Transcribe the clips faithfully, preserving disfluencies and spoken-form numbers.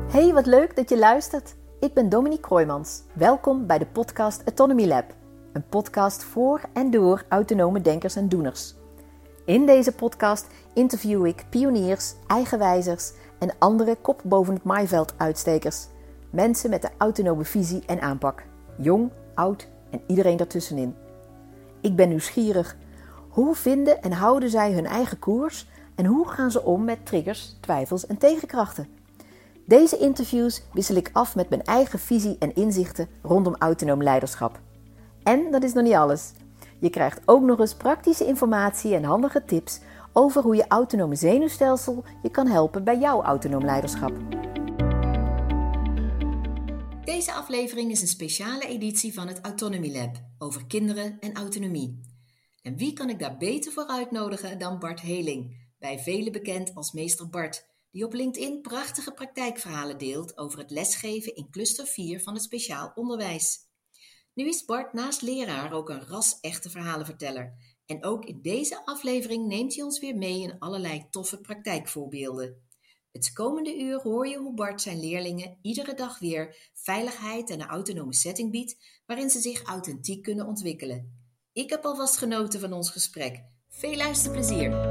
Hey, wat leuk dat je luistert. Ik ben Dominique Kroijmans. Welkom bij de podcast Autonomy Lab. Een podcast voor en door autonome denkers en doeners. In deze podcast interview ik pioniers, eigenwijzers en andere kop boven het maaiveld uitstekers. Mensen met een autonome visie en aanpak. Jong, oud en iedereen daartussenin. Ik ben nieuwsgierig. Hoe vinden en houden zij hun eigen koers? En hoe gaan ze om met triggers, twijfels en tegenkrachten? Deze interviews wissel ik af met mijn eigen visie en inzichten rondom autonoom leiderschap. En dat is nog niet alles. Je krijgt ook nog eens praktische informatie en handige tips over hoe je autonome zenuwstelsel je kan helpen bij jouw autonoom leiderschap. Deze aflevering is een speciale editie van het Autonomy Lab over kinderen en autonomie. En wie kan ik daar beter voor uitnodigen dan Bart Heling, bij velen bekend als meester Bart, die op LinkedIn prachtige praktijkverhalen deelt over het lesgeven in cluster vier van het speciaal onderwijs. Nu is Bart naast leraar ook een ras-echte verhalenverteller. En ook in deze aflevering neemt hij ons weer mee in allerlei toffe praktijkvoorbeelden. Het komende uur hoor je hoe Bart zijn leerlingen iedere dag weer veiligheid en een autonome setting biedt, waarin ze zich authentiek kunnen ontwikkelen. Ik heb alvast genoten van ons gesprek. Veel luisterplezier!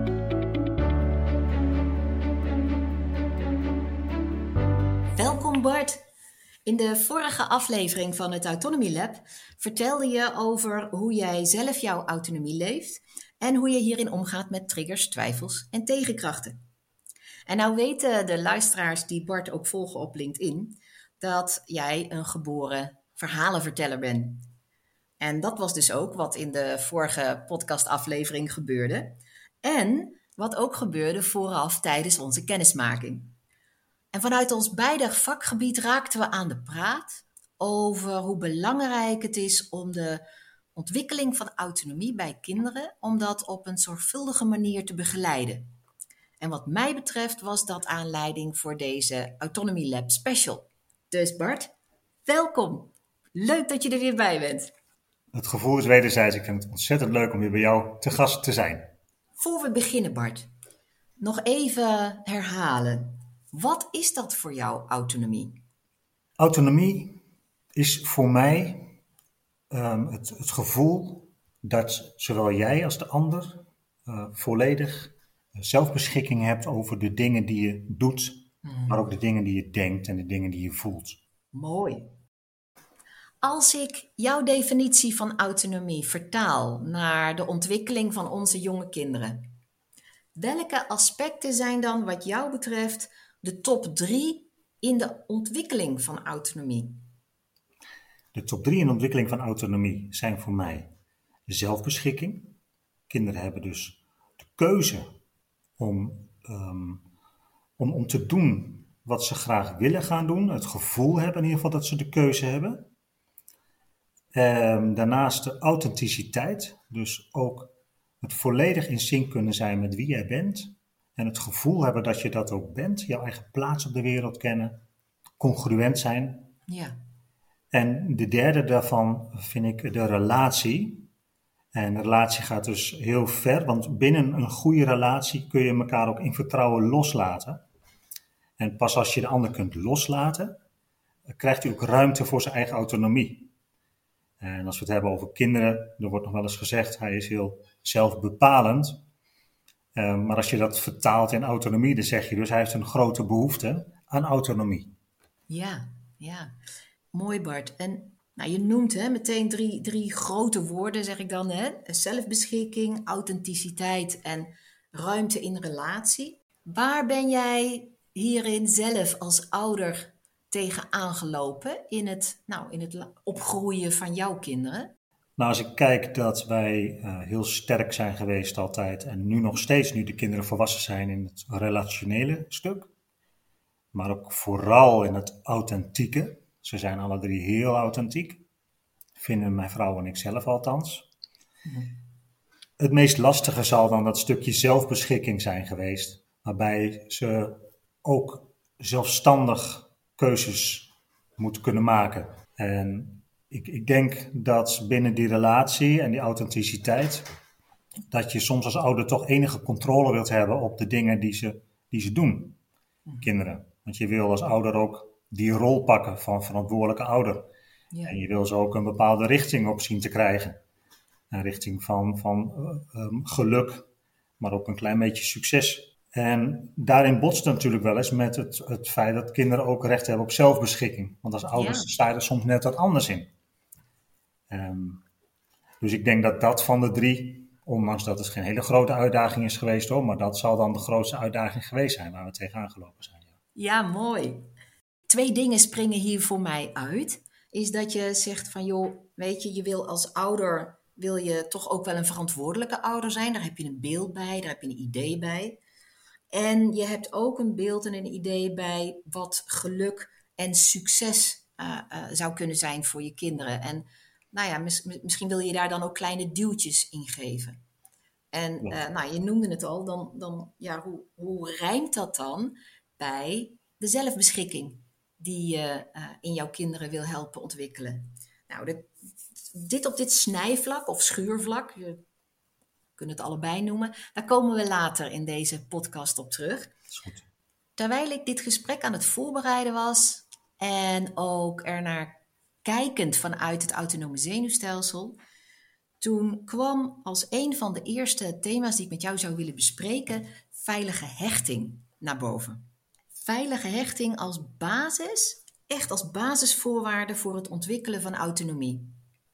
Welkom Bart! In de vorige aflevering van het Autonomy Lab vertelde je over hoe jij zelf jouw autonomie leeft en hoe je hierin omgaat met triggers, twijfels en tegenkrachten. En nou weten de luisteraars die Bart ook volgen op LinkedIn dat jij een geboren verhalenverteller bent. En dat was dus ook wat in de vorige podcastaflevering gebeurde en wat ook gebeurde vooraf tijdens onze kennismaking. En vanuit ons beide vakgebied raakten we aan de praat over hoe belangrijk het is om de ontwikkeling van autonomie bij kinderen, om dat op een zorgvuldige manier te begeleiden. En wat mij betreft was dat aanleiding voor deze Autonomy Lab Special. Dus Bart, welkom. Leuk dat je er weer bij bent. Het gevoel is wederzijds. Ik vind het ontzettend leuk om weer bij jou te gast te zijn. Voor we beginnen Bart, nog even herhalen. Wat is dat voor jou, autonomie? Autonomie is voor mij um, het, het gevoel dat zowel jij als de ander uh, volledig zelfbeschikking hebt over de dingen die je doet, hmm. maar ook de dingen die je denkt en de dingen die je voelt. Mooi. Als ik jouw definitie van autonomie vertaal naar de ontwikkeling van onze jonge kinderen, welke aspecten zijn dan wat jou betreft de top drie in de ontwikkeling van autonomie? De top drie in de ontwikkeling van autonomie zijn voor mij zelfbeschikking. Kinderen hebben dus de keuze om, um, om, om te doen wat ze graag willen gaan doen. Het gevoel hebben in ieder geval dat ze de keuze hebben. Um, daarnaast de authenticiteit. Dus ook het volledig in sync kunnen zijn met wie jij bent. En het gevoel hebben dat je dat ook bent. Jouw eigen plaats op de wereld kennen. Congruent zijn. Ja. En de derde daarvan vind ik de relatie. En de relatie gaat dus heel ver. Want binnen een goede relatie kun je elkaar ook in vertrouwen loslaten. En pas als je de ander kunt loslaten, krijgt hij ook ruimte voor zijn eigen autonomie. En als we het hebben over kinderen, er wordt nog wel eens gezegd, hij is heel zelfbepalend. Uh, maar als je dat vertaalt in autonomie, dan zeg je dus, hij heeft een grote behoefte aan autonomie. Ja, ja. Mooi Bart. En nou, je noemt hè, meteen drie, drie grote woorden, zeg ik dan. Hè? Zelfbeschikking, authenticiteit en ruimte in relatie. Waar ben jij hierin zelf als ouder tegen aangelopen in het, nou, in het opgroeien van jouw kinderen? Nou, als ik kijk dat wij uh, heel sterk zijn geweest altijd en nu nog steeds, nu de kinderen volwassen zijn, in het relationele stuk. Maar ook vooral in het authentieke. Ze zijn alle drie heel authentiek. Vinden mijn vrouw en ik zelf althans. Mm-hmm. Het meest lastige zal dan dat stukje zelfbeschikking zijn geweest. Waarbij ze ook zelfstandig keuzes moeten kunnen maken. En ik, ik denk dat binnen die relatie en die authenticiteit, dat je soms als ouder toch enige controle wilt hebben op de dingen die ze, die ze doen, kinderen. Want je wil als ouder ook die rol pakken van verantwoordelijke ouder. Ja. En je wil ze ook een bepaalde richting op zien te krijgen. Een richting van, van uh, um, geluk, maar ook een klein beetje succes. En daarin botst het natuurlijk wel eens met het, het feit dat kinderen ook recht hebben op zelfbeschikking. Want als ouders Ja. sta je er soms net wat anders in. Um, dus ik denk dat dat van de drie, ondanks dat het geen hele grote uitdaging is geweest hoor, maar dat zal dan de grootste uitdaging geweest zijn waar we tegenaan gelopen zijn. Ja, Ja, mooi. Twee dingen springen hier voor mij uit. Is dat je zegt van joh, weet je, je wil als ouder, wil je toch ook wel een verantwoordelijke ouder zijn. Daar heb je een beeld bij, daar heb je een idee bij. En je hebt ook een beeld en een idee bij wat geluk en succes uh, uh, zou kunnen zijn voor je kinderen. En nou ja, mis, misschien wil je daar dan ook kleine duwtjes in geven. En uh, nou, je noemde het al, dan, dan ja, hoe, hoe rijmt dat dan bij de zelfbeschikking die je uh, in jouw kinderen wil helpen ontwikkelen? Nou, dit, dit op dit snijvlak of schuurvlak, je kunt het allebei noemen, daar komen we later in deze podcast op terug. dat is goed. Terwijl ik dit gesprek aan het voorbereiden was en ook ernaar kijkend vanuit het autonome zenuwstelsel, toen kwam als een van de eerste thema's die ik met jou zou willen bespreken, veilige hechting naar boven. Veilige hechting als basis, echt als basisvoorwaarde voor het ontwikkelen van autonomie.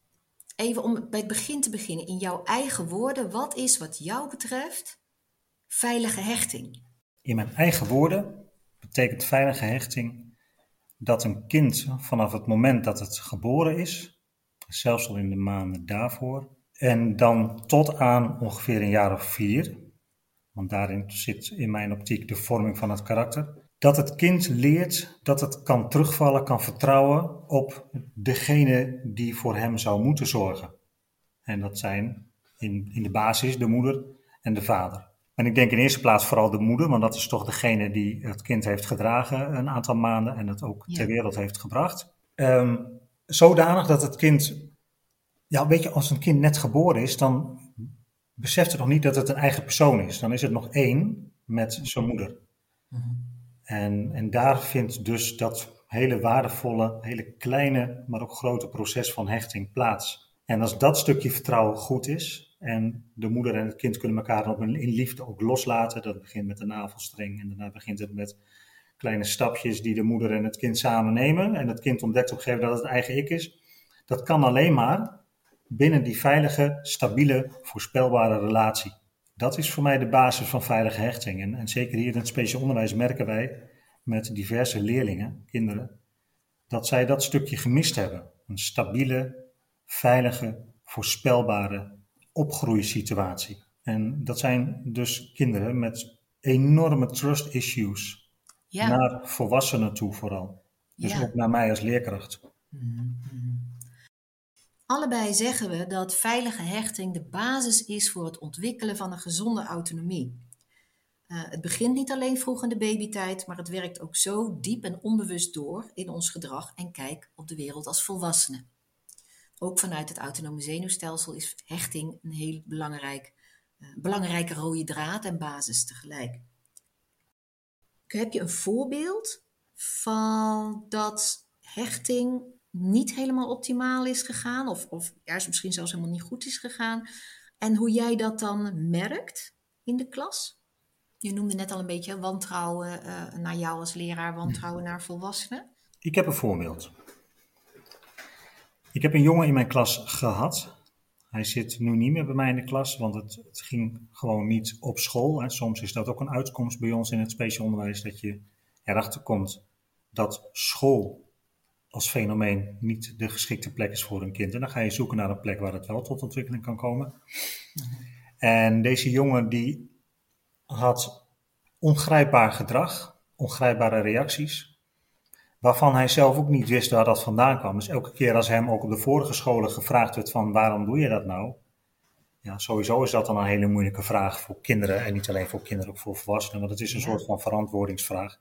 Even om bij het begin te beginnen, in jouw eigen woorden, wat is wat jou betreft veilige hechting? In mijn eigen woorden betekent veilige hechting dat een kind vanaf het moment dat het geboren is, zelfs al in de maanden daarvoor, en dan tot aan ongeveer een jaar of vier, want daarin zit in mijn optiek de vorming van het karakter, dat het kind leert dat het kan terugvallen, kan vertrouwen op degene die voor hem zou moeten zorgen. En dat zijn in, in de basis de moeder en de vader. En ik denk in eerste plaats vooral de moeder, want dat is toch degene die het kind heeft gedragen een aantal maanden en het ook ja. ter wereld heeft gebracht. Um, zodanig dat het kind, ja weet je, als een kind net geboren is, dan beseft het nog niet dat het een eigen persoon is. Dan is het nog één met zijn moeder. Mm-hmm. En, en daar vindt dus dat hele waardevolle, hele kleine, maar ook grote proces van hechting plaats. En als dat stukje vertrouwen goed is en de moeder en het kind kunnen elkaar op een, in liefde ook loslaten, dat begint met de navelstreng en daarna begint het met kleine stapjes die de moeder en het kind samen nemen. En het kind ontdekt op een gegeven moment dat het eigen ik is. Dat kan alleen maar binnen die veilige, stabiele, voorspelbare relatie. Dat is voor mij de basis van veilige hechting. En, en zeker hier in het speciaal onderwijs merken wij met diverse leerlingen, kinderen, dat zij dat stukje gemist hebben. Een stabiele, veilige, voorspelbare opgroeisituatie. En dat zijn dus kinderen met enorme trust issues. Ja. Naar volwassenen toe vooral. Dus ja. ook naar mij als leerkracht. Mm-hmm. Allebei zeggen we dat veilige hechting de basis is voor het ontwikkelen van een gezonde autonomie. Uh, het begint niet alleen vroeg in de babytijd, maar het werkt ook zo diep en onbewust door in ons gedrag en kijk op de wereld als volwassenen. Ook vanuit het autonome zenuwstelsel is hechting een heel belangrijk, uh, belangrijke rode draad en basis tegelijk. Heb je een voorbeeld van dat hechting niet helemaal optimaal is gegaan of, of juist misschien zelfs helemaal niet goed is gegaan en hoe jij dat dan merkt in de klas? Je noemde net al een beetje wantrouwen uh, naar jou als leraar, wantrouwen naar volwassenen. Ik heb een voorbeeld. Ik heb een jongen in mijn klas gehad. Hij zit nu niet meer bij mij in de klas, want het, het ging gewoon niet op school. Hè. Soms is dat ook een uitkomst bij ons in het speciaal onderwijs, dat je erachter komt dat school als fenomeen niet de geschikte plek is voor een kind. En dan ga je zoeken naar een plek waar het wel tot ontwikkeling kan komen. Mm-hmm. En deze jongen die had ongrijpbaar gedrag, ongrijpbare reacties, waarvan hij zelf ook niet wist waar dat vandaan kwam. Dus elke keer als hem ook op de vorige scholen gevraagd werd van waarom doe je dat nou? Ja, sowieso is dat dan een hele moeilijke vraag voor kinderen en niet alleen voor kinderen, ook voor volwassenen, want het is een ja. soort van verantwoordingsvraag.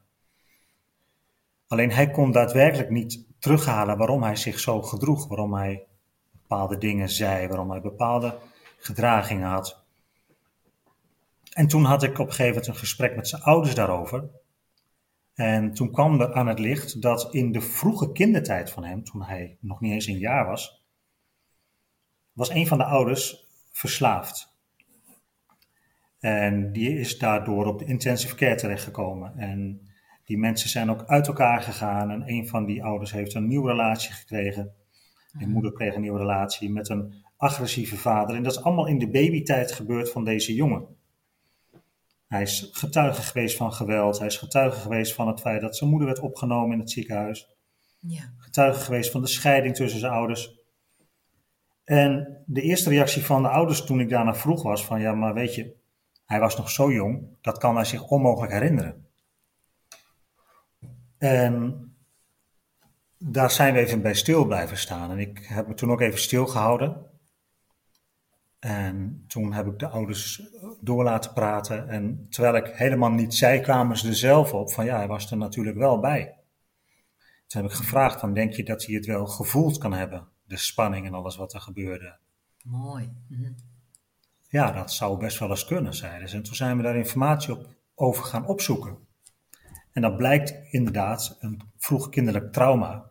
Alleen hij kon daadwerkelijk niet terughalen waarom hij zich zo gedroeg, waarom hij bepaalde dingen zei, waarom hij bepaalde gedragingen had. En toen had ik op een gegeven moment een gesprek met zijn ouders daarover. En toen kwam er aan het licht dat in de vroege kindertijd van hem, toen hij nog niet eens een jaar was, was een van de ouders verslaafd. En die is daardoor op de intensive care terechtgekomen. En die mensen zijn ook uit elkaar gegaan. En een van die ouders heeft een nieuwe relatie gekregen. De moeder kreeg een nieuwe relatie met een agressieve vader. En dat is allemaal in de babytijd gebeurd van deze jongen. Hij is getuige geweest van geweld. Hij is getuige geweest van het feit dat zijn moeder werd opgenomen in het ziekenhuis. Ja. Getuige geweest van de scheiding tussen zijn ouders. En de eerste reactie van de ouders toen ik daarna vroeg was van ja, maar weet je, hij was nog zo jong, dat kan hij zich onmogelijk herinneren. En daar zijn we even bij stil blijven staan. En ik heb me toen ook even stilgehouden. En toen heb ik de ouders door laten praten. En terwijl ik helemaal niet zei, kwamen ze er zelf op van ja, hij was er natuurlijk wel bij. Toen heb ik gevraagd, dan denk je dat hij het wel gevoeld kan hebben, de spanning en alles wat er gebeurde. Mooi. Mhm. Ja, dat zou best wel eens kunnen, zeiden ze. En toen zijn we daar informatie op, over gaan opzoeken. En dat blijkt inderdaad een vroeg kinderlijk trauma.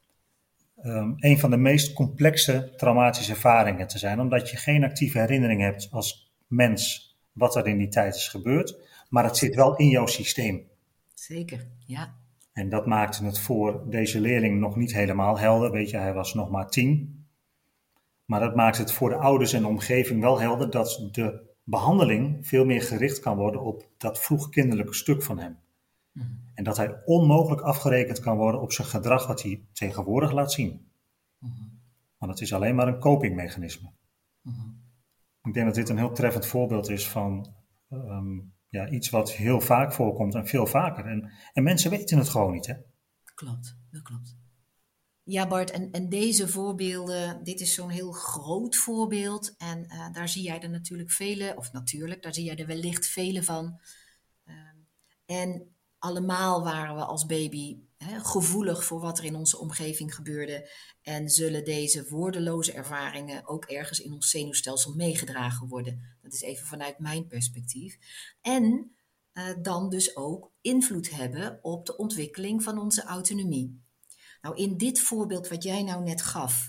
Um, een van de meest complexe traumatische ervaringen te zijn, omdat je geen actieve herinnering hebt als mens wat er in die tijd is gebeurd, maar het zit wel in jouw systeem. Zeker, ja. En dat maakte het voor deze leerling nog niet helemaal helder. Weet je, hij was nog maar tien. Maar dat maakt het voor de ouders en de omgeving wel helder dat de behandeling veel meer gericht kan worden op dat vroegkinderlijke stuk van hem. Mm-hmm. En dat hij onmogelijk afgerekend kan worden op zijn gedrag wat hij tegenwoordig laat zien. Mm-hmm. Want het is alleen maar een copingmechanisme. Mm-hmm. Ik denk dat dit een heel treffend voorbeeld is van um, ja, iets wat heel vaak voorkomt en veel vaker. En, en mensen weten het gewoon niet, hè? Klopt, dat klopt. Ja, Bart, en, en deze voorbeelden, dit is zo'n heel groot voorbeeld. En uh, daar zie jij er natuurlijk vele, of natuurlijk, daar zie jij er wellicht vele van. Uh, en allemaal waren we als baby hè, gevoelig voor wat er in onze omgeving gebeurde. En zullen deze woordeloze ervaringen ook ergens in ons zenuwstelsel meegedragen worden. Dat is even vanuit mijn perspectief. En uh, dan dus ook invloed hebben op de ontwikkeling van onze autonomie. Nou, in dit voorbeeld wat jij nou net gaf,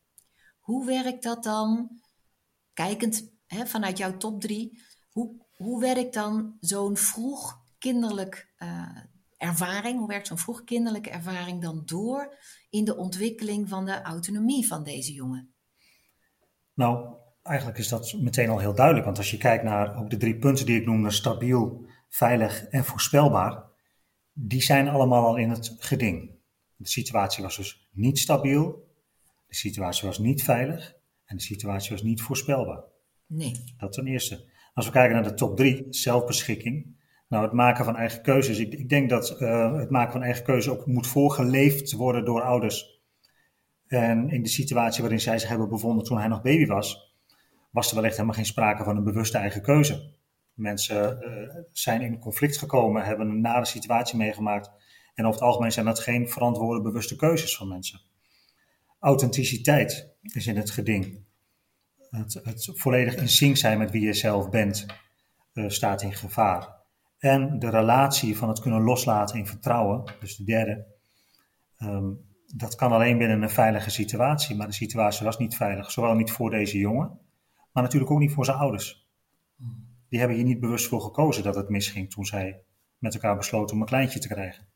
hoe werkt dat dan, kijkend hè, vanuit jouw top drie, hoe, hoe werkt dan zo'n vroeg kinderlijk uh, ervaring, hoe werkt zo'n vroeg kinderlijke ervaring dan door in de ontwikkeling van de autonomie van deze jongen? Nou, eigenlijk is dat meteen al heel duidelijk, want als je kijkt naar ook de drie punten die ik noemde, stabiel, veilig en voorspelbaar, die zijn allemaal al in het geding. De situatie was dus niet stabiel, de situatie was niet veilig en de situatie was niet voorspelbaar. Nee. Dat ten eerste. Als we kijken naar de top drie, zelfbeschikking. Nou, het maken van eigen keuzes. Ik, ik denk dat uh, het maken van eigen keuzes ook moet voorgeleefd worden door ouders. En in de situatie waarin zij zich hebben bevonden toen hij nog baby was, was er wellicht helemaal geen sprake van een bewuste eigen keuze. Mensen uh, zijn in conflict gekomen, hebben een nare situatie meegemaakt. En over het algemeen zijn dat geen verantwoorde, bewuste keuzes van mensen. Authenticiteit is in het geding. Het, het volledig in sync zijn met wie je zelf bent, uh, staat in gevaar. En de relatie van het kunnen loslaten in vertrouwen, dus de derde, um, dat kan alleen binnen een veilige situatie. Maar de situatie was niet veilig, zowel niet voor deze jongen, maar natuurlijk ook niet voor zijn ouders. Die hebben hier niet bewust voor gekozen dat het misging toen zij met elkaar besloten om een kleintje te krijgen.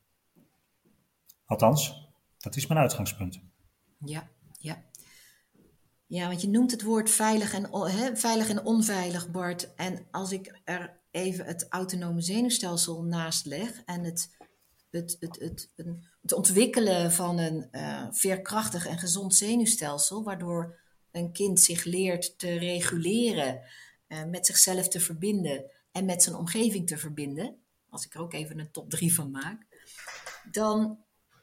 Althans, dat is mijn uitgangspunt. Ja, ja. Ja, want je noemt het woord veilig en, he, veilig en onveilig, Bart. En als ik er even het autonome zenuwstelsel naast leg en het, het, het, het, het, het ontwikkelen van een uh, veerkrachtig en gezond zenuwstelsel, waardoor een kind zich leert te reguleren, uh, met zichzelf te verbinden en met zijn omgeving te verbinden, als ik er ook even een top drie van maak, dan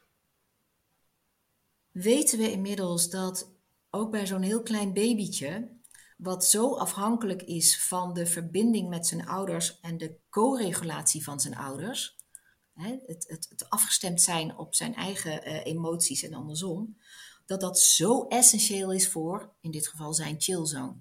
weten we inmiddels dat ook bij zo'n heel klein babytje, wat zo afhankelijk is van de verbinding met zijn ouders en de co-regulatie van zijn ouders, hè, het, het, het afgestemd zijn op zijn eigen uh, emoties en andersom, dat dat zo essentieel is voor, in dit geval, zijn chillzone.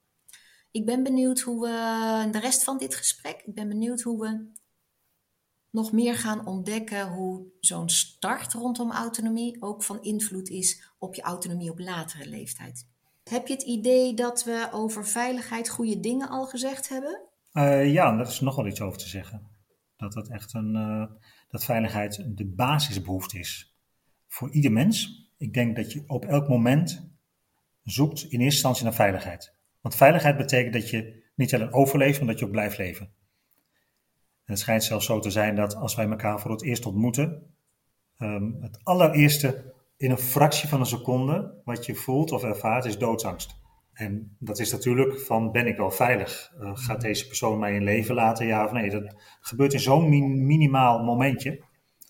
Ik ben benieuwd hoe we, de rest van dit gesprek, ik ben benieuwd hoe we nog meer gaan ontdekken hoe zo'n start rondom autonomie ook van invloed is op je autonomie op latere leeftijd. Heb je het idee dat we over veiligheid goede dingen al gezegd hebben? Uh, ja, daar is nog wel iets over te zeggen. Dat dat echt een, uh, dat veiligheid de basisbehoefte is voor ieder mens. Ik denk dat je op elk moment zoekt in eerste instantie naar veiligheid. Want veiligheid betekent dat je niet alleen overleeft, maar dat je ook blijft leven. En het schijnt zelfs zo te zijn dat als wij elkaar voor het eerst ontmoeten, um, het allereerste in een fractie van een seconde wat je voelt of ervaart is doodsangst. En dat is natuurlijk van, ben ik wel veilig? Uh, gaat deze persoon mij in leven laten, ja of nee? Dat gebeurt in zo'n min- minimaal momentje.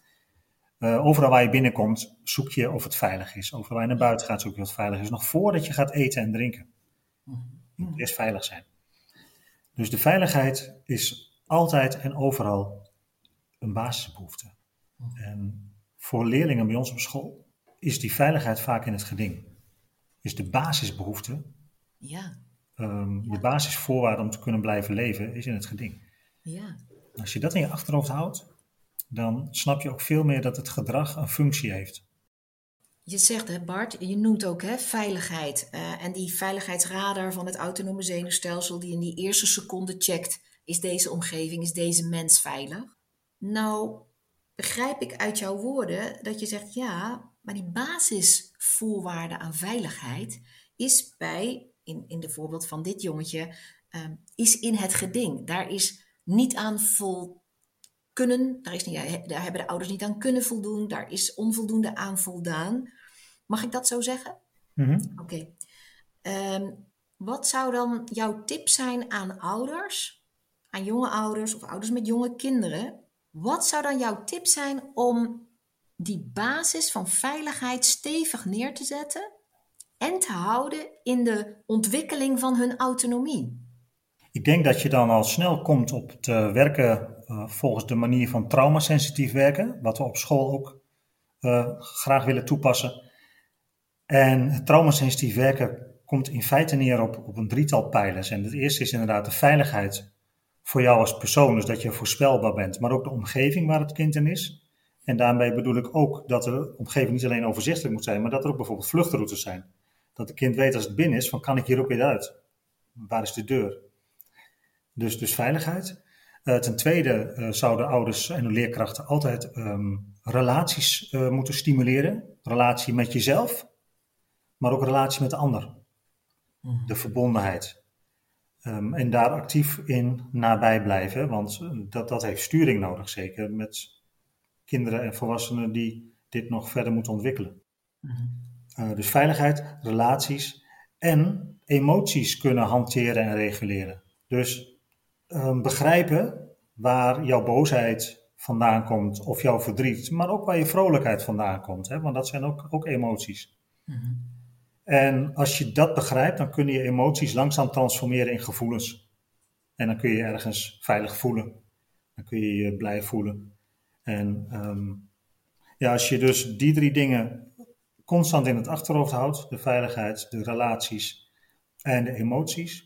Uh, overal waar je binnenkomt, zoek je of het veilig is. Overal waar je naar buiten gaat, zoek je of het veilig is. Nog voordat je gaat eten en drinken. Je moet eerst veilig zijn. Dus de veiligheid is altijd en overal een basisbehoefte. En voor leerlingen bij ons op school is die veiligheid vaak in het geding. Is de basisbehoefte, ja. um, de basisvoorwaarde om te kunnen blijven leven, is in het geding. Ja. Als je dat in je achterhoofd houdt, dan snap je ook veel meer dat het gedrag een functie heeft. Je zegt, hè Bart, je noemt ook hè, veiligheid. Uh, en die veiligheidsradar van het autonome zenuwstelsel die in die eerste seconde checkt, is deze omgeving, is deze mens veilig? Nou, begrijp ik uit jouw woorden dat je zegt, ja, maar die basisvoorwaarde aan veiligheid is bij, in, in de voorbeeld van dit jongetje, uh, is in het geding. Daar is niet aan vol kunnen, daar, is niet, daar hebben de ouders niet aan kunnen voldoen, daar is onvoldoende aan voldaan. Mag ik dat zo zeggen? Mm-hmm. Oké. Okay. Um, wat zou dan jouw tip zijn aan ouders, aan jonge ouders of ouders met jonge kinderen? Wat zou dan jouw tip zijn om die basis van veiligheid stevig neer te zetten en te houden in de ontwikkeling van hun autonomie? Ik denk dat je dan al snel komt op te werken uh, volgens de manier van traumasensitief werken, wat we op school ook uh, graag willen toepassen. En het traumasensitief werken komt in feite neer op, op een drietal pijlers. En het eerste is inderdaad de veiligheid voor jou als persoon, dus dat je voorspelbaar bent, maar ook de omgeving waar het kind in is. En daarmee bedoel ik ook dat de omgeving niet alleen overzichtelijk moet zijn, maar dat er ook bijvoorbeeld vluchtroutes zijn. Dat het kind weet als het binnen is, van kan ik hier ook weer uit? Waar is de deur? Dus, dus veiligheid. Uh, ten tweede uh, zouden ouders en de leerkrachten altijd um, relaties uh, moeten stimuleren. Relatie met jezelf, maar ook relatie met de ander. Mm. De verbondenheid. Um, en daar actief in nabij blijven, want dat, dat heeft sturing nodig, zeker met kinderen en volwassenen die dit nog verder moeten ontwikkelen. Mm. Uh, dus veiligheid, relaties en emoties kunnen hanteren en reguleren. Dus Um, begrijpen waar jouw boosheid vandaan komt of jouw verdriet, maar ook waar je vrolijkheid vandaan komt, hè? Want dat zijn ook, ook emoties. Mm-hmm. En als je dat begrijpt, dan kun je emoties langzaam transformeren in gevoelens. En dan kun je je ergens veilig voelen. Dan kun je je blij voelen. En um, ja, als je dus die drie dingen constant in het achterhoofd houdt, de veiligheid, de relaties en de emoties,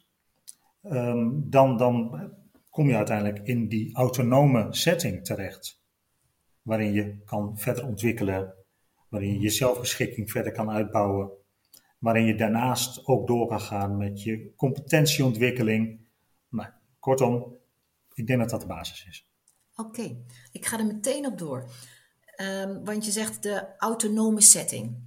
Um, dan, dan kom je uiteindelijk in die autonome setting terecht. Waarin je kan verder ontwikkelen. Waarin je je zelfbeschikking verder kan uitbouwen. Waarin je daarnaast ook door kan gaan met je competentieontwikkeling. Maar kortom, ik denk dat dat de basis is. Oké, okay. Ik ga er meteen op door. Um, want je zegt de autonome setting.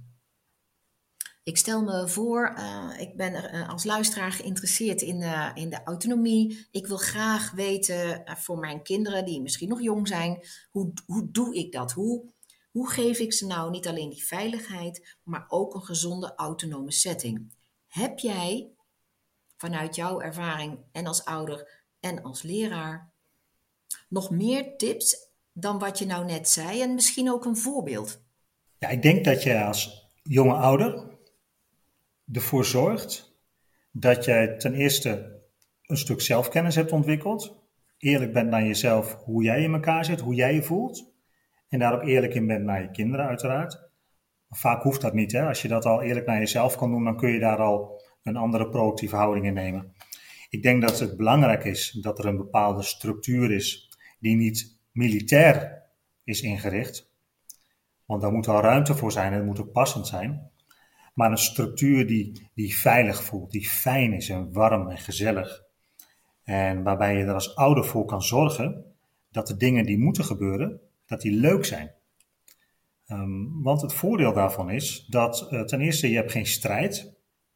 Ik stel me voor, uh, ik ben er, uh, als luisteraar geïnteresseerd in, uh, in de autonomie. Ik wil graag weten uh, voor mijn kinderen die misschien nog jong zijn, hoe, hoe doe ik dat? Hoe, hoe geef ik ze nou niet alleen die veiligheid, maar ook een gezonde autonome setting? Heb jij vanuit jouw ervaring en als ouder en als leraar nog meer tips dan wat je nou net zei en misschien ook een voorbeeld? Ja, ik denk dat je als jonge ouder ervoor zorgt dat jij ten eerste een stuk zelfkennis hebt ontwikkeld. Eerlijk bent naar jezelf, hoe jij in elkaar zit, hoe jij je voelt. En daar ook eerlijk in bent naar je kinderen uiteraard. Vaak hoeft dat niet. Hè? Als je dat al eerlijk naar jezelf kan doen, dan kun je daar al een andere proactieve houding in nemen. Ik denk dat het belangrijk is dat er een bepaalde structuur is die niet militair is ingericht. Want daar moet wel ruimte voor zijn en het moet ook passend zijn. Maar een structuur die, die veilig voelt, die fijn is en warm en gezellig. En waarbij je er als ouder voor kan zorgen dat de dingen die moeten gebeuren, dat die leuk zijn. Um, want het voordeel daarvan is dat uh, ten eerste je hebt geen strijd.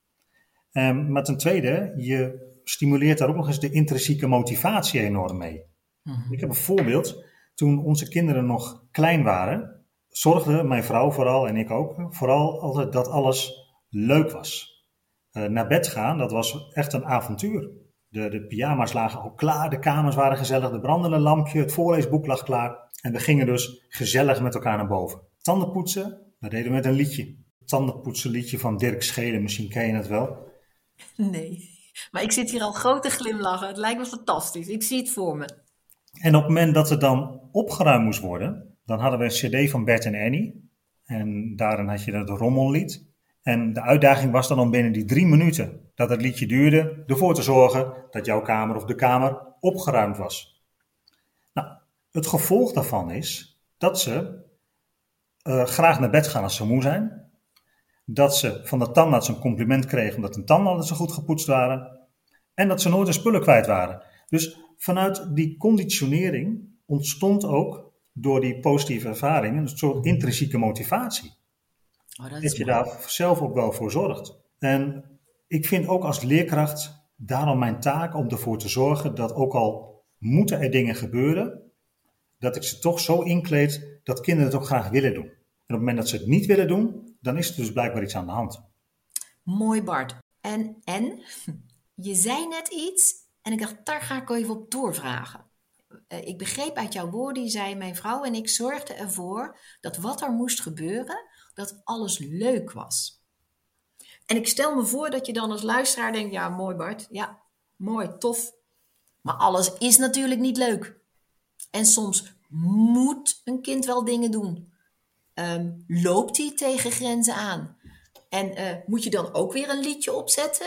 Um, maar ten tweede, je stimuleert daar ook nog eens de intrinsieke motivatie enorm mee. Mm-hmm. Ik heb een voorbeeld. Toen onze kinderen nog klein waren, zorgde mijn vrouw vooral en ik ook, vooral altijd dat alles leuk was. Uh, naar bed gaan, dat was echt een avontuur. De, de pyjama's lagen al klaar, de kamers waren gezellig, de brandende lampje, het voorleesboek lag klaar. En we gingen dus gezellig met elkaar naar boven. Tandenpoetsen, dat deden we met een liedje. Het tandenpoetsenliedje van Dirk Schelen, misschien ken je het wel. Nee, maar ik zit hier al grote glimlachen. Het lijkt me fantastisch. Ik zie het voor me. En op het moment dat er dan opgeruimd moest worden, dan hadden we een cd van Bert en Annie. En daarin had je het rommellied. En de uitdaging was dan om binnen die drie minuten dat het liedje duurde, ervoor te zorgen dat jouw kamer of de kamer opgeruimd was. Nou, het gevolg daarvan is dat ze uh, graag naar bed gaan als ze moe zijn. Dat ze van de tandarts een compliment kregen omdat hun tanden altijd zo goed gepoetst waren. En dat ze nooit de spullen kwijt waren. Dus vanuit die conditionering ontstond ook door die positieve ervaring een soort intrinsieke motivatie. Oh, dat, dat je mooi. Daar zelf ook wel voor zorgt. En ik vind ook als leerkracht daarom mijn taak om ervoor te zorgen dat ook al moeten er dingen gebeuren, dat ik ze toch zo inkleed dat kinderen het ook graag willen doen. En op het moment dat ze het niet willen doen, dan is er dus blijkbaar iets aan de hand. Mooi, Bart. En, en je zei net iets en ik dacht, daar ga ik even op doorvragen. Uh, ik begreep uit jouw woorden, je zei, mijn vrouw en ik zorgden ervoor dat wat er moest gebeuren, dat alles leuk was. En ik stel me voor dat je dan als luisteraar denkt, ja, mooi Bart, ja, mooi, tof. Maar alles is natuurlijk niet leuk. En soms moet een kind wel dingen doen. Um, loopt hij tegen grenzen aan? En uh, moet je dan ook weer een liedje opzetten?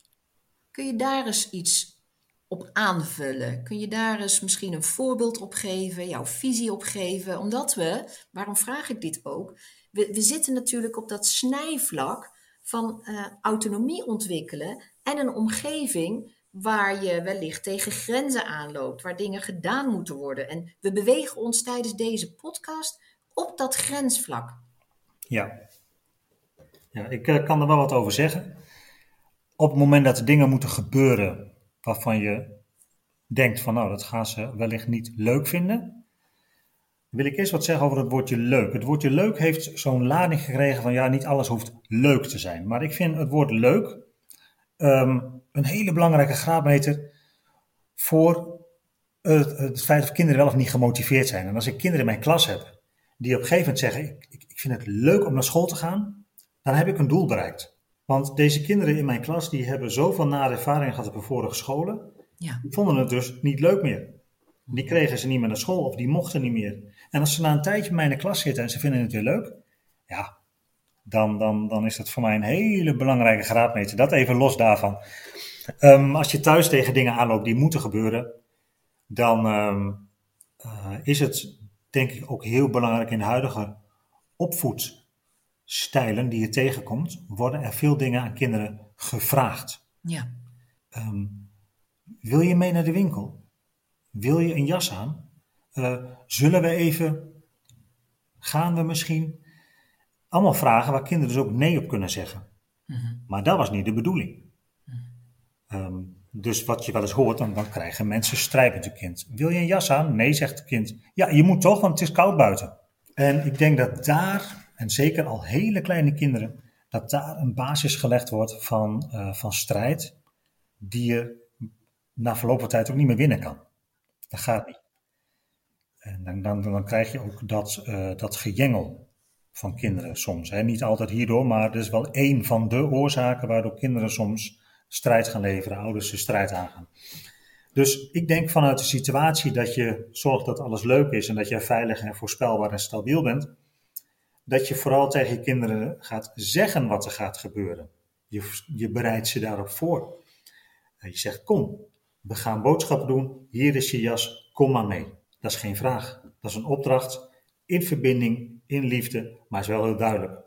Kun je daar eens iets op aanvullen? Kun je daar eens misschien een voorbeeld op geven, jouw visie op geven? Omdat we, waarom vraag ik dit ook? We, we zitten natuurlijk op dat snijvlak van uh, autonomie ontwikkelen en een omgeving waar je wellicht tegen grenzen aanloopt, waar dingen gedaan moeten worden. En we bewegen ons tijdens deze podcast op dat grensvlak. Ja, ja ik uh, kan er wel wat over zeggen. Op het moment dat er dingen moeten gebeuren waarvan je denkt van nou, dat gaan ze wellicht niet leuk vinden, wil ik eerst wat zeggen over het woordje leuk. Het woordje leuk heeft zo'n lading gekregen van ja, niet alles hoeft leuk te zijn. Maar ik vind het woord leuk um, een hele belangrijke graadmeter voor het, het feit of kinderen wel of niet gemotiveerd zijn. En als ik kinderen in mijn klas heb die op een gegeven moment zeggen, ik, ik, ik vind het leuk om naar school te gaan, dan heb ik een doel bereikt. Want deze kinderen in mijn klas die hebben zoveel nare ervaringen gehad op de vorige scholen, ja. Die vonden het dus niet leuk meer. Die kregen ze niet meer naar school of die mochten niet meer. En als ze na een tijdje bij mij in de klas zitten en ze vinden het weer leuk, ja, dan, dan, dan is dat voor mij een hele belangrijke graadmeter. Dat even los daarvan. Um, als je thuis tegen dingen aanloopt die moeten gebeuren, dan um, uh, is het denk ik ook heel belangrijk in de huidige opvoedstijlen die je tegenkomt, worden er veel dingen aan kinderen gevraagd. Ja. Um, wil je mee naar de winkel? Wil je een jas aan? Uh, zullen we even? Gaan we misschien? Allemaal vragen waar kinderen dus ook nee op kunnen zeggen. Mm-hmm. Maar dat was niet de bedoeling. Mm-hmm. Um, dus wat je wel eens hoort, dan, dan krijgen mensen strijd met het kind. Wil je een jas aan? Nee, zegt het kind. Ja, je moet toch, want het is koud buiten. En ik denk dat daar, en zeker al hele kleine kinderen, dat daar een basis gelegd wordt van, uh, van strijd, die je na verloop van tijd ook niet meer winnen kan. Dat gaat niet. En dan, dan, dan krijg je ook dat, uh, dat gejengel van kinderen soms. Hè. Niet altijd hierdoor, maar dat is wel één van de oorzaken waardoor kinderen soms strijd gaan leveren, ouders de strijd aangaan. Dus ik denk vanuit de situatie dat je zorgt dat alles leuk is en dat je veilig en voorspelbaar en stabiel bent, dat je vooral tegen je kinderen gaat zeggen wat er gaat gebeuren. Je, je bereidt ze daarop voor. En je zegt, kom, we gaan boodschappen doen, hier is je jas, kom maar mee. Dat is geen vraag. Dat is een opdracht in verbinding, in liefde, maar is wel heel duidelijk.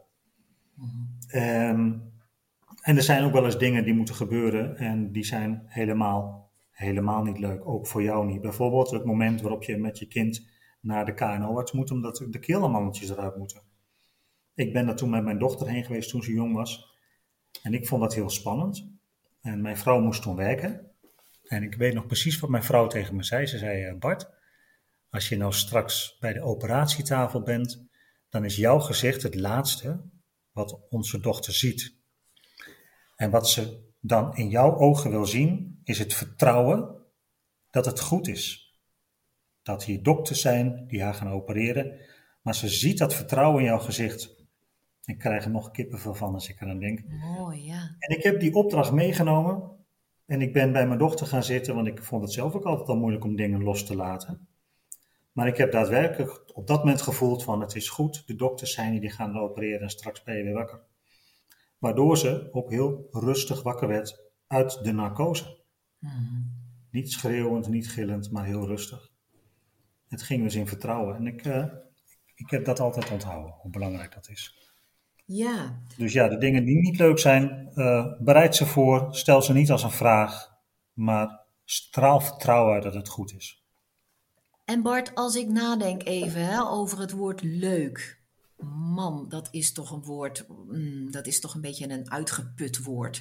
Um, en er zijn ook wel eens dingen die moeten gebeuren en die zijn helemaal, helemaal niet leuk. Ook voor jou niet. Bijvoorbeeld het moment waarop je met je kind naar de K N O-arts moet, omdat de keelmannetjes eruit moeten. Ik ben daar toen met mijn dochter heen geweest toen ze jong was. En ik vond dat heel spannend. En mijn vrouw moest toen werken. En ik weet nog precies wat mijn vrouw tegen me zei. Ze zei, Bart, als je nou straks bij de operatietafel bent, dan is jouw gezicht het laatste wat onze dochter ziet. En wat ze dan in jouw ogen wil zien, is het vertrouwen dat het goed is. Dat hier dokters zijn die haar gaan opereren, maar ze ziet dat vertrouwen in jouw gezicht. Ik krijg er nog kippenvel van als ik eraan denk. Mooi, ja. En ik heb die opdracht meegenomen en ik ben bij mijn dochter gaan zitten, want ik vond het zelf ook altijd al moeilijk om dingen los te laten. Maar ik heb daadwerkelijk op dat moment gevoeld van het is goed, de dokters zijn hier, die gaan opereren en straks ben je weer wakker. Waardoor ze ook heel rustig wakker werd uit de narcose. Mm-hmm. Niet schreeuwend, niet gillend, maar heel rustig. Het ging dus in vertrouwen. En ik, uh, ik heb dat altijd onthouden, hoe belangrijk dat is. Ja. Dus ja, de dingen die niet leuk zijn, uh, bereid ze voor. Stel ze niet als een vraag, maar straal vertrouwen uit dat het goed is. En Bart, als ik nadenk even hè, over het woord leuk. Man, dat is toch een woord, mm, dat is toch een beetje een uitgeput woord.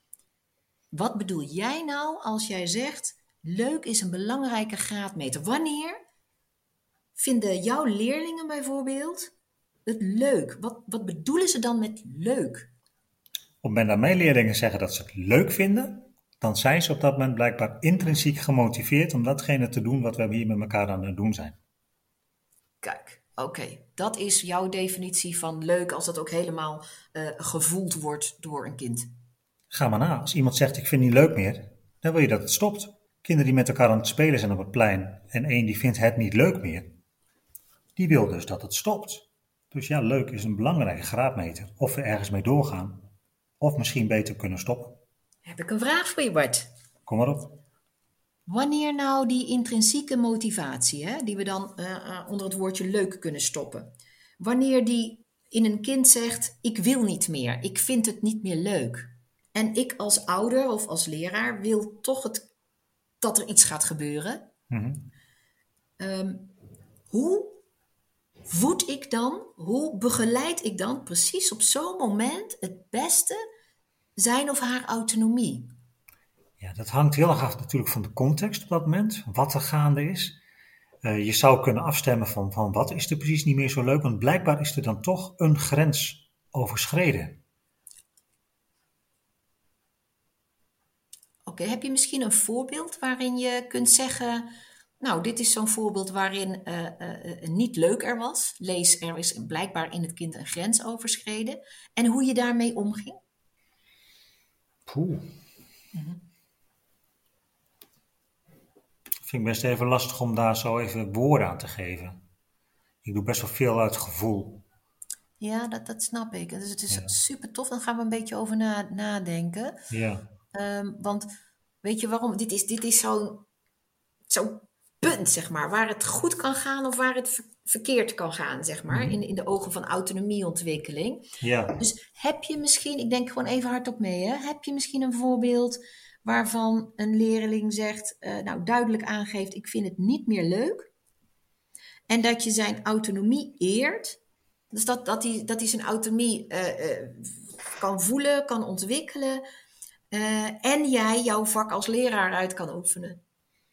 Wat bedoel jij nou als jij zegt, leuk is een belangrijke graadmeter? Wanneer vinden jouw leerlingen bijvoorbeeld het leuk? Wat, wat bedoelen ze dan met leuk? Op het moment dat mijn leerlingen zeggen dat ze het leuk vinden, dan zijn ze op dat moment blijkbaar intrinsiek gemotiveerd om datgene te doen wat we hier met elkaar aan het doen zijn. Kijk. Oké, okay, dat is jouw definitie van leuk als dat ook helemaal uh, gevoeld wordt door een kind. Ga maar na. Als iemand zegt ik vind het niet leuk meer, dan wil je dat het stopt. Kinderen die met elkaar aan het spelen zijn op het plein en één die vindt het niet leuk meer, die wil dus dat het stopt. Dus ja, leuk is een belangrijke graadmeter. Of we ergens mee doorgaan, of misschien beter kunnen stoppen. Heb ik een vraag voor je, Bart. Kom maar op. Wanneer nou die intrinsieke motivatie, hè, die we dan uh, uh, onder het woordje leuk kunnen stoppen. Wanneer die in een kind zegt, ik wil niet meer, ik vind het niet meer leuk. En ik als ouder of als leraar wil toch het, dat er iets gaat gebeuren. Mm-hmm. Um, hoe voed ik dan, hoe begeleid ik dan precies op zo'n moment het beste zijn of haar autonomie? Ja, dat hangt heel erg af natuurlijk van de context op dat moment, wat er gaande is. Uh, je zou kunnen afstemmen van, van wat is er precies niet meer zo leuk, want blijkbaar is er dan toch een grens overschreden. Oké, okay, heb je misschien een voorbeeld waarin je kunt zeggen, nou dit is zo'n voorbeeld waarin uh, uh, niet leuk er was. Lees, er is blijkbaar in het kind een grens overschreden. En hoe je daarmee omging? Poeh. Mm-hmm. Vind ik best even lastig om daar zo even woorden aan te geven. Ik doe best wel veel uit gevoel. Ja, dat, dat snap ik. Dus het is ja. super tof. Dan gaan we een beetje over na, nadenken. Ja. Um, want weet je waarom? Dit is, dit is zo'n zo'n punt, zeg maar. Waar het goed kan gaan of waar het ver, verkeerd kan gaan, zeg maar. Mm-hmm. In, in de ogen van autonomieontwikkeling. Ja. Dus heb je misschien, ik denk gewoon even hardop mee, hè? Heb je misschien een voorbeeld waarvan een leerling zegt, uh, nou duidelijk aangeeft, ik vind het niet meer leuk. En dat je zijn autonomie eert. Dus dat, dat, hij, dat hij zijn autonomie uh, uh, kan voelen, kan ontwikkelen. Uh, en jij jouw vak als leraar uit kan oefenen.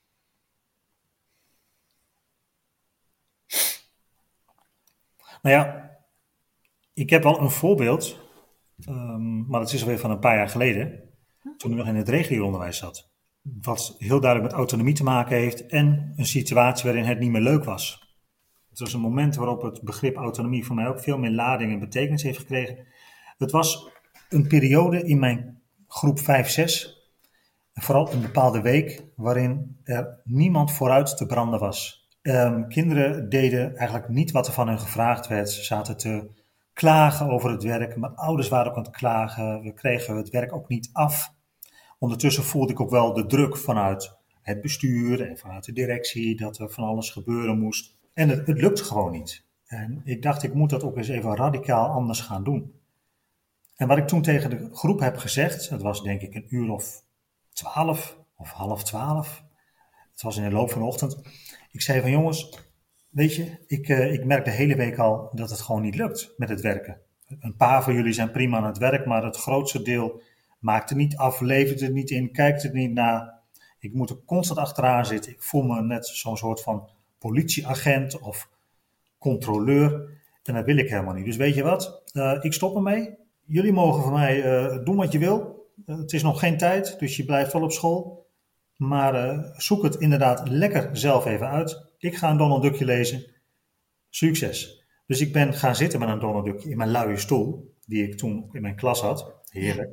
Nou ja, ik heb wel een voorbeeld. Um, maar dat is alweer van een paar jaar geleden. Toen ik nog in het regioonderwijs zat. Wat heel duidelijk met autonomie te maken heeft en een situatie waarin het niet meer leuk was. Het was een moment waarop het begrip autonomie voor mij ook veel meer lading en betekenis heeft gekregen. Het was een periode in mijn groep vijf zes, vooral een bepaalde week, waarin er niemand vooruit te branden was. Um, kinderen deden eigenlijk niet wat er van hen gevraagd werd. Ze zaten te klagen over het werk. Mijn ouders waren ook aan het klagen. We kregen het werk ook niet af. Ondertussen voelde ik ook wel de druk vanuit het bestuur en vanuit de directie dat er van alles gebeuren moest. En het, het lukt gewoon niet. En ik dacht, ik moet dat ook eens even radicaal anders gaan doen. En wat ik toen tegen de groep heb gezegd, dat was denk ik een uur of twaalf of half twaalf. Het was in de loop van de ochtend. Ik zei van jongens, weet je, ik, uh, ik merk de hele week al dat het gewoon niet lukt met het werken. Een paar van jullie zijn prima aan het werk, maar het grootste deel maakt het niet af, levert het niet in, kijkt het niet na. Ik moet er constant achteraan zitten. Ik voel me net zo'n soort van politieagent of controleur. En dat wil ik helemaal niet. Dus weet je wat, uh, ik stop ermee. Jullie mogen van mij uh, doen wat je wil. Uh, het is nog geen tijd, dus je blijft wel op school. Maar uh, zoek het inderdaad lekker zelf even uit. Ik ga een Donald Duckje lezen. Succes. Dus ik ben gaan zitten met een Donald Duckje in mijn luie stoel, die ik toen in mijn klas had. Heerlijk.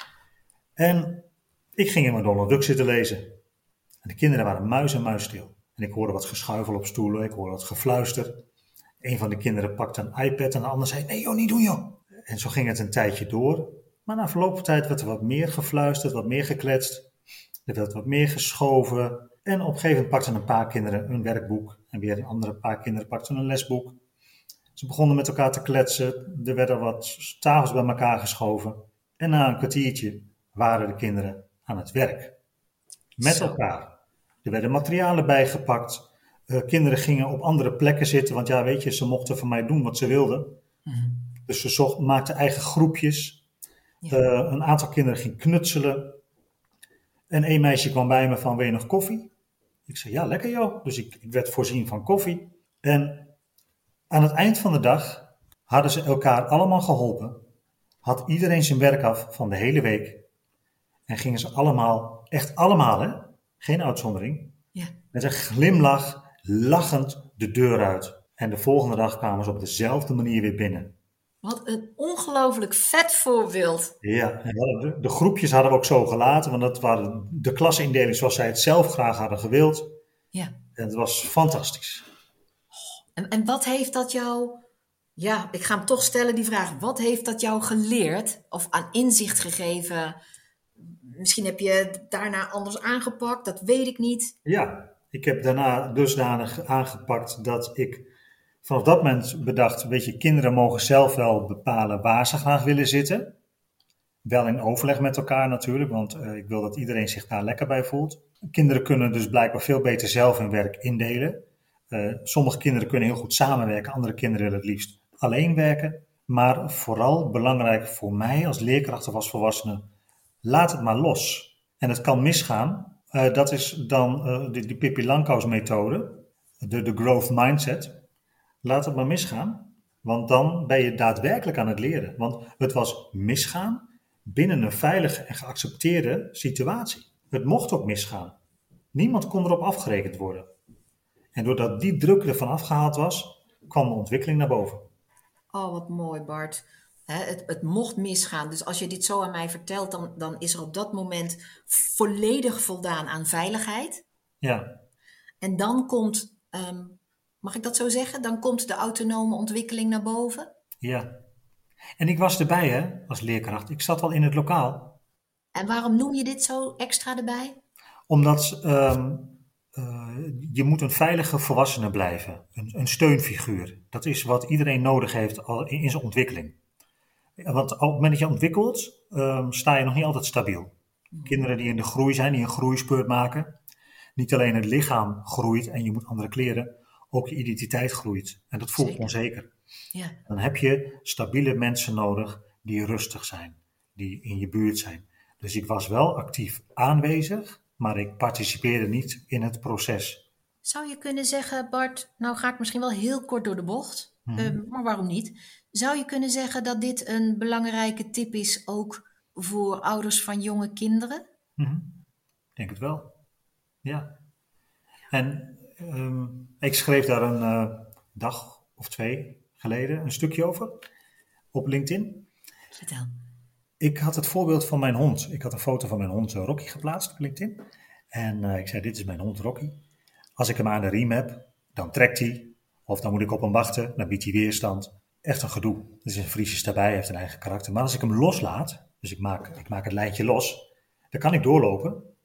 En ik ging in mijn Donald Duck zitten lezen. En de kinderen waren muis en muisstil. En ik hoorde wat geschuifel op stoelen, ik hoorde wat gefluister. Een van de kinderen pakte een iPad en de ander zei, nee joh, niet doen joh. En zo ging het een tijdje door. Maar na verloop van tijd werd er wat meer gefluisterd, wat meer gekletst. Er werd wat meer geschoven. En op een gegeven moment pakten een paar kinderen een werkboek. En weer een andere paar kinderen pakten een lesboek. Ze begonnen met elkaar te kletsen. Er werden wat tafels bij elkaar geschoven. En na een kwartiertje waren de kinderen aan het werk. Met Zo. elkaar. Er werden materialen bijgepakt. Uh, kinderen gingen op andere plekken zitten. Want ja, weet je, ze mochten van mij doen wat ze wilden. Mm-hmm. Dus ze zocht, maakten eigen groepjes. Ja. Uh, een aantal kinderen ging knutselen. En één meisje kwam bij me van, wil je nog koffie? Ik zei, ja, lekker joh. Dus ik, ik werd voorzien van koffie. En aan het eind van de dag hadden ze elkaar allemaal geholpen. Had iedereen zijn werk af van de hele week. En gingen ze allemaal, echt allemaal hè, geen uitzondering, ja. met een glimlach, lachend de deur uit. En de volgende dag kwamen ze op dezelfde manier weer binnen. Wat een ongelooflijk vet voorbeeld. Ja, en de, de groepjes hadden we ook zo gelaten, want dat waren de klasindeling zoals zij het zelf graag hadden gewild. Ja. En het was fantastisch. En, en wat heeft dat jou, ja, ik ga hem toch stellen die vraag, wat heeft dat jou geleerd of aan inzicht gegeven? Misschien heb je het daarna anders aangepakt, dat weet ik niet. Ja, ik heb daarna dusdanig aangepakt dat ik vanaf dat moment bedacht, weet je, kinderen mogen zelf wel bepalen waar ze graag willen zitten. Wel in overleg met elkaar natuurlijk, want uh, ik wil dat iedereen zich daar lekker bij voelt. Kinderen kunnen dus blijkbaar veel beter zelf hun werk indelen. Uh, sommige kinderen kunnen heel goed samenwerken, andere kinderen willen het liefst alleen werken. Maar vooral belangrijk voor mij als leerkracht of als volwassene, laat het maar los. En het kan misgaan. Uh, dat is dan uh, die, die Pippi Langkous methode, de, de growth mindset. Laat het maar misgaan, want dan ben je daadwerkelijk aan het leren. Want het was misgaan binnen een veilige en geaccepteerde situatie. Het mocht ook misgaan. Niemand kon erop afgerekend worden. En doordat die druk ervan afgehaald was, kwam de ontwikkeling naar boven. Oh, wat mooi Bart. He, het, het mocht misgaan. Dus als je dit zo aan mij vertelt, dan, dan is er op dat moment volledig voldaan aan veiligheid. Ja. En dan komt, um, mag ik dat zo zeggen? Dan komt de autonome ontwikkeling naar boven. Ja. En ik was erbij hè, als leerkracht. Ik zat al in het lokaal. En waarom noem je dit zo extra erbij? Omdat um, uh, je moet een veilige volwassene blijven. Een, een steunfiguur. Dat is wat iedereen nodig heeft al in, in zijn ontwikkeling. Want op het moment dat je ontwikkelt, um, sta je nog niet altijd stabiel. Kinderen die in de groei zijn, die een groeispurt maken. Niet alleen het lichaam groeit en je moet andere kleren, ook je identiteit groeit. En dat voelt Zeker. onzeker. Ja. Dan heb je stabiele mensen nodig die rustig zijn, die in je buurt zijn. Dus ik was wel actief aanwezig, maar ik participeerde niet in het proces. Zou je kunnen zeggen, Bart, nou ga ik misschien wel heel kort door de bocht, mm-hmm. uh, maar waarom niet? Zou je kunnen zeggen dat dit een belangrijke tip is ook voor ouders van jonge kinderen? Mm-hmm. Ik denk het wel, ja. En um, ik schreef daar een uh, dag of twee geleden een stukje over op LinkedIn. Vertel. Ik had het voorbeeld van mijn hond. Ik had een foto van mijn hond uh, Rocky geplaatst op LinkedIn. En uh, ik zei, dit is mijn hond Rocky. Als ik hem aan de riem heb, dan trekt hij. Of dan moet ik op hem wachten, dan biedt hij weerstand. Echt een gedoe. Er is een Friesjes daarbij, hij heeft een eigen karakter. Maar als ik hem loslaat, dus ik maak, ik maak het lijntje los, dan kan ik doorlopen.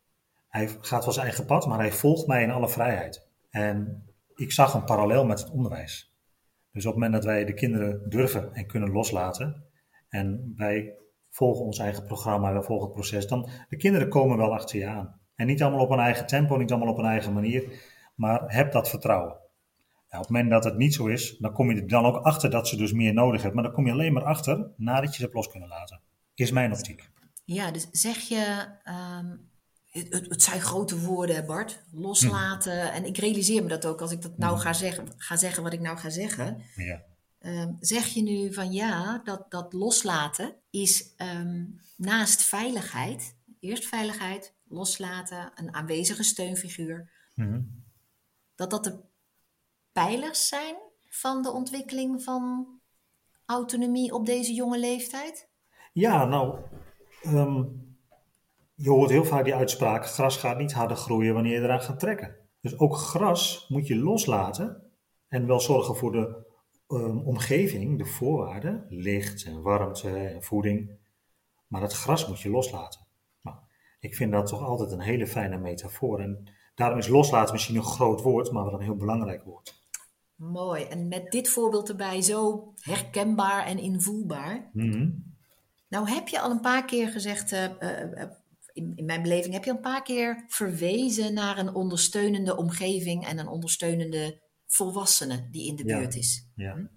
Hij gaat wel zijn eigen pad, maar hij volgt mij in alle vrijheid. En ik zag een parallel met het onderwijs. Dus op het moment dat wij de kinderen durven en kunnen loslaten, en wij volgen ons eigen programma, wij volgen het proces, dan de kinderen komen wel achter je aan. En niet allemaal op een eigen tempo, niet allemaal op een eigen manier, maar heb dat vertrouwen. Nou, op het moment dat het niet zo is, dan kom je er dan ook achter dat ze dus meer nodig hebben. Maar dan kom je alleen maar achter nadat je ze hebt los kunnen laten. Is mijn optiek. Ja, dus zeg je, um, het, het, het zijn grote woorden, Bart, loslaten. Hmm. En ik realiseer me dat ook als ik dat nou hmm. ga, zeggen, ga zeggen wat ik nou ga zeggen. Ja. Um, zeg je nu van ja, dat, dat loslaten is um, naast veiligheid, eerst veiligheid, loslaten, een aanwezige steunfiguur, hmm. dat dat de pijlers zijn van de ontwikkeling van autonomie op deze jonge leeftijd? Ja, nou, um, je hoort heel vaak die uitspraak, gras gaat niet harder groeien wanneer je eraan gaat trekken. Dus ook gras moet je loslaten en wel zorgen voor de um, omgeving, de voorwaarden, licht en warmte en voeding. Maar het gras moet je loslaten. Nou, ik vind dat toch altijd een hele fijne metafoor. En daarom is loslaten misschien een groot woord, maar wel een heel belangrijk woord. Mooi. En met dit voorbeeld erbij zo herkenbaar en invoelbaar. Mm-hmm. Nou heb je al een paar keer gezegd, uh, uh, in, in mijn beleving heb je een paar keer verwezen naar een ondersteunende omgeving en een ondersteunende volwassene die in de ja. buurt is. Ja. Hm?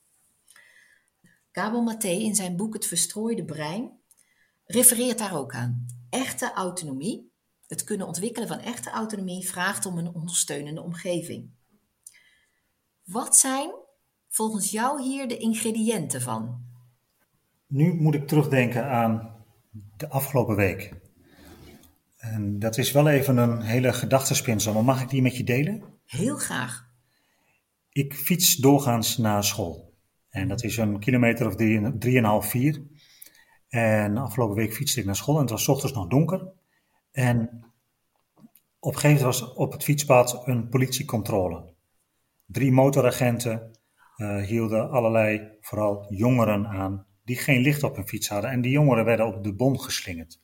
Gabor Maté in zijn boek Het Verstrooide Brein refereert daar ook aan. Echte autonomie, het kunnen ontwikkelen van echte autonomie, vraagt om een ondersteunende omgeving. Wat zijn volgens jou hier de ingrediënten van? Nu moet ik terugdenken aan de afgelopen week. En dat is wel even een hele gedachtenspinsel, maar mag ik die met je delen? Heel graag. Ik fiets doorgaans naar school. En dat is een kilometer of drie, drieënhalf, vier. En afgelopen week fietste ik naar school en het was 's ochtends nog donker. En op een gegeven moment was op het fietspad een politiecontrole. Drie motoragenten uh, hielden allerlei, vooral jongeren aan, die geen licht op hun fiets hadden. En die jongeren werden op de bon geslingerd.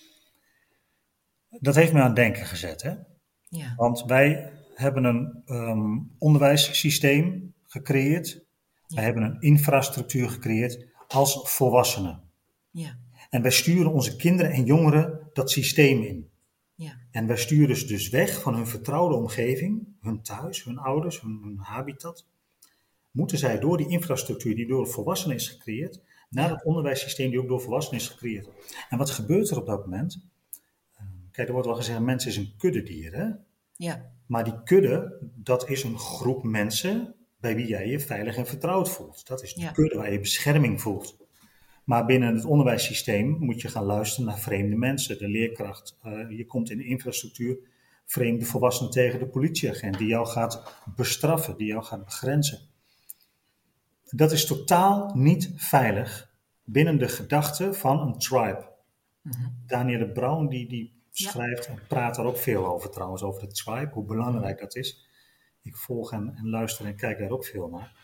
Dat heeft me aan het denken gezet, hè? Ja. Want wij hebben een um, onderwijssysteem gecreëerd. Ja. Wij hebben een infrastructuur gecreëerd als volwassenen. Ja. En wij sturen onze kinderen en jongeren dat systeem in. Ja. En wij sturen ze dus weg van hun vertrouwde omgeving, hun thuis, hun ouders, hun, hun habitat. Moeten zij door die infrastructuur die door volwassenen is gecreëerd, naar het onderwijssysteem die ook door volwassenen is gecreëerd. En wat gebeurt er op dat moment? Kijk, er wordt wel gezegd, mens is een kuddedier, hè? Ja. Maar die kudde, dat is een groep mensen bij wie jij je veilig en vertrouwd voelt. Dat is de ja. kudde waar je bescherming voelt. Maar binnen het onderwijssysteem moet je gaan luisteren naar vreemde mensen, de leerkracht. Uh, je komt in de infrastructuur vreemde volwassenen tegen, de politieagent die jou gaat bestraffen, die jou gaat begrenzen. Dat is totaal niet veilig binnen de gedachte van een tribe. Mm-hmm. Danielle Brown die, die schrijft en praat daar ook veel over trouwens, over de tribe, hoe belangrijk dat is. Ik volg en, en luister en kijk daar ook veel naar.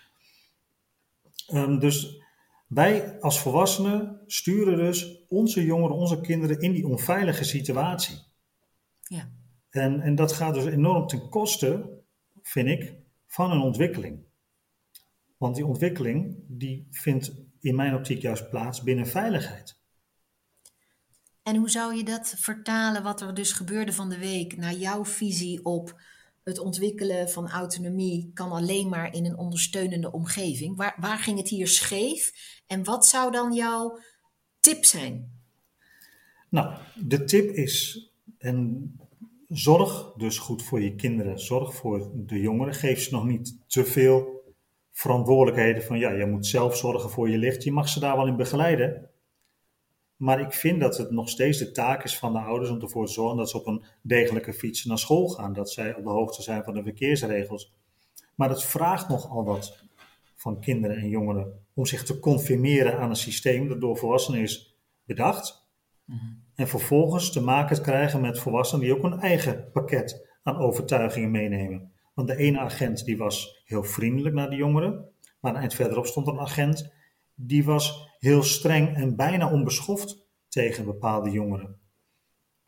Um, dus wij als volwassenen sturen dus onze jongeren, onze kinderen in die onveilige situatie. Ja. En, en dat gaat dus enorm ten koste, vind ik, van een ontwikkeling. Want die ontwikkeling die vindt in mijn optiek juist plaats binnen veiligheid. En hoe zou je dat vertalen, wat er dus gebeurde van de week, naar jouw visie op het ontwikkelen van autonomie kan alleen maar in een ondersteunende omgeving? Waar, waar ging het hier scheef en wat zou dan jouw tip zijn? Nou, de tip is, en zorg dus goed voor je kinderen, zorg voor de jongeren, geef ze nog niet te veel verantwoordelijkheden van ja, je moet zelf zorgen voor je licht, je mag ze daar wel in begeleiden. Maar ik vind dat het nog steeds de taak is van de ouders om ervoor te zorgen dat ze op een degelijke fiets naar school gaan. Dat zij op de hoogte zijn van de verkeersregels. Maar dat vraagt nogal wat van kinderen en jongeren om zich te conformeren aan een systeem dat door volwassenen is bedacht. Mm-hmm. En vervolgens te maken krijgen met volwassenen die ook een eigen pakket aan overtuigingen meenemen. Want de ene agent die was heel vriendelijk naar de jongeren. Maar een eind verderop stond een agent die was heel streng en bijna onbeschoft tegen bepaalde jongeren.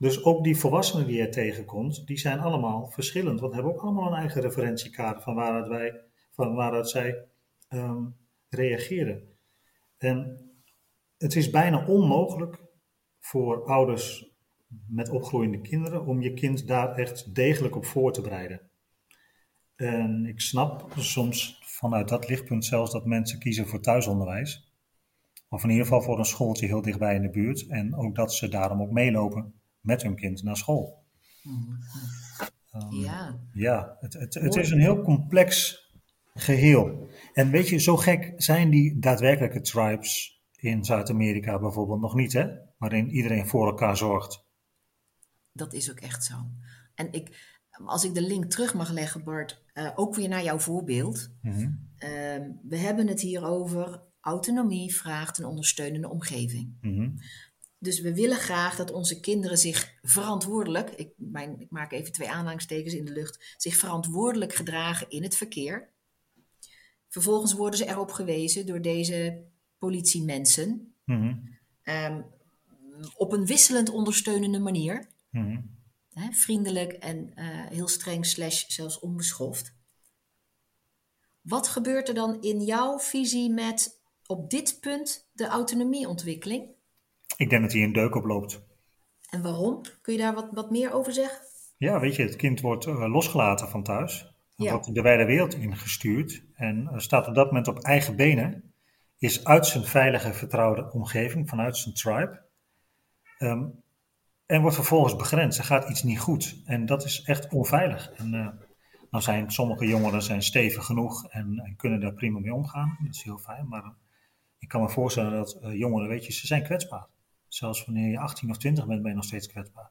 Dus ook die volwassenen die je tegenkomt, die zijn allemaal verschillend. Want hebben ook allemaal een eigen referentiekader van waaruit, wij, van waaruit zij um, reageren. En het is bijna onmogelijk voor ouders met opgroeiende kinderen om je kind daar echt degelijk op voor te bereiden. En ik snap soms vanuit dat lichtpunt zelfs dat mensen kiezen voor thuisonderwijs. Of in ieder geval voor een schooltje heel dichtbij in de buurt. En ook dat ze daarom ook meelopen met hun kind naar school. Mm-hmm. Um, ja, ja het, het, het is een heel complex geheel. En weet je, zo gek zijn die daadwerkelijke tribes in Zuid-Amerika bijvoorbeeld nog niet, hè? Waarin iedereen voor elkaar zorgt. Dat is ook echt zo. En ik, als ik de link terug mag leggen, Bart, uh, ook weer naar jouw voorbeeld. Mm-hmm. Uh, we hebben het hier over autonomie vraagt een ondersteunende omgeving. Mm-hmm. Dus we willen graag dat onze kinderen zich verantwoordelijk, ik, mijn, ik maak even twee aanhalingstekens in de lucht, zich verantwoordelijk gedragen in het verkeer. Vervolgens worden ze erop gewezen door deze politiemensen, mm-hmm. um, op een wisselend ondersteunende manier. Mm-hmm. Hè, vriendelijk en uh, heel streng slash zelfs onbeschoft. Wat gebeurt er dan in jouw visie met op dit punt de autonomieontwikkeling? Ik denk dat hij een deuk oploopt. En waarom? Kun je daar wat, wat meer over zeggen? Ja, weet je, het kind wordt uh, losgelaten van thuis. Ja. Wordt de wijde wereld ingestuurd. En uh, staat op dat moment op eigen benen. Is uit zijn veilige, vertrouwde omgeving, vanuit zijn tribe. Um, en wordt vervolgens begrensd. Er gaat iets niet goed. En dat is echt onveilig. En uh, nou zijn sommige jongeren zijn stevig genoeg en, en kunnen daar prima mee omgaan. Dat is heel fijn. Maar uh, ik kan me voorstellen dat uh, jongeren, weet je, ze zijn kwetsbaar. Zelfs wanneer je achttien of twintig bent, ben je nog steeds kwetsbaar.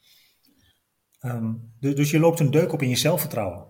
Um, dus, dus je loopt een deuk op in je zelfvertrouwen.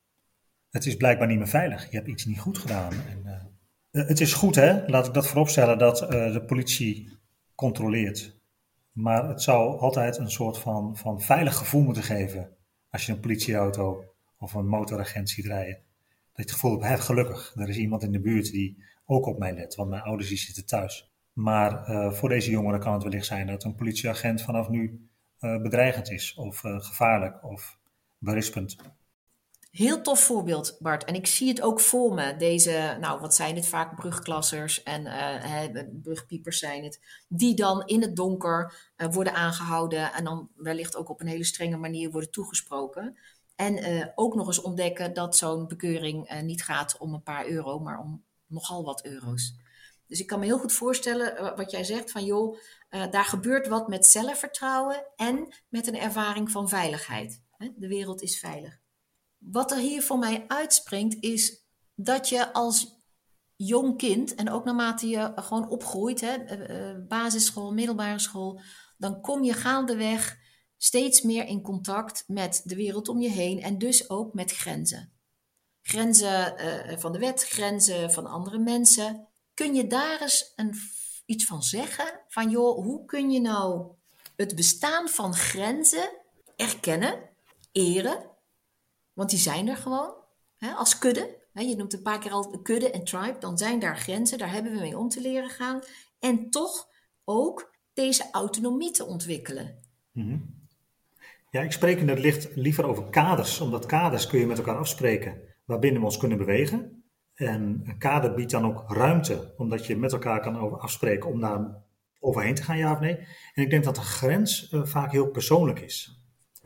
Het is blijkbaar niet meer veilig. Je hebt iets niet goed gedaan. En, uh, het is goed, hè? Laat ik dat vooropstellen, dat uh, de politie controleert. Maar het zou altijd een soort van, van veilig gevoel moeten geven als je een politieauto of een motoragent ziet rijden. Dat je het gevoel hebt, gelukkig, er is iemand in de buurt die ook op mij let, want mijn ouders die zitten thuis. Maar uh, voor deze jongeren kan het wellicht zijn dat een politieagent vanaf nu uh, bedreigend is of uh, gevaarlijk of berispend. Heel tof voorbeeld, Bart. En ik zie het ook voor me. Deze, nou wat zijn het vaak, brugklassers en uh, hè, brugpiepers zijn het. Die dan in het donker uh, worden aangehouden en dan wellicht ook op een hele strenge manier worden toegesproken. En uh, ook nog eens ontdekken dat zo'n bekeuring uh, niet gaat om een paar euro, maar om nogal wat euro's. Dus ik kan me heel goed voorstellen uh, wat jij zegt van joh, uh, daar gebeurt wat met zelfvertrouwen en met een ervaring van veiligheid. Hè? De wereld is veilig. Wat er hier voor mij uitspringt is dat je als jong kind en ook naarmate je gewoon opgroeit, hè, basisschool, middelbare school, dan kom je gaandeweg steeds meer in contact met de wereld om je heen en dus ook met grenzen. Grenzen uh, van de wet, grenzen van andere mensen. Kun je daar eens een, iets van zeggen? Van joh, hoe kun je nou het bestaan van grenzen erkennen, eren? Want die zijn er gewoon, hè, als kudde. Hè, je noemt een paar keer al kudde en tribe. Dan zijn daar grenzen, daar hebben we mee om te leren gaan. En toch ook deze autonomie te ontwikkelen. Mm-hmm. Ja, ik spreek in het licht liever over kaders. Omdat kaders kun je met elkaar afspreken waarbinnen we ons kunnen bewegen. En een kader biedt dan ook ruimte, omdat je met elkaar kan over afspreken om daar overheen te gaan, ja of nee. En ik denk dat een grens uh, vaak heel persoonlijk is.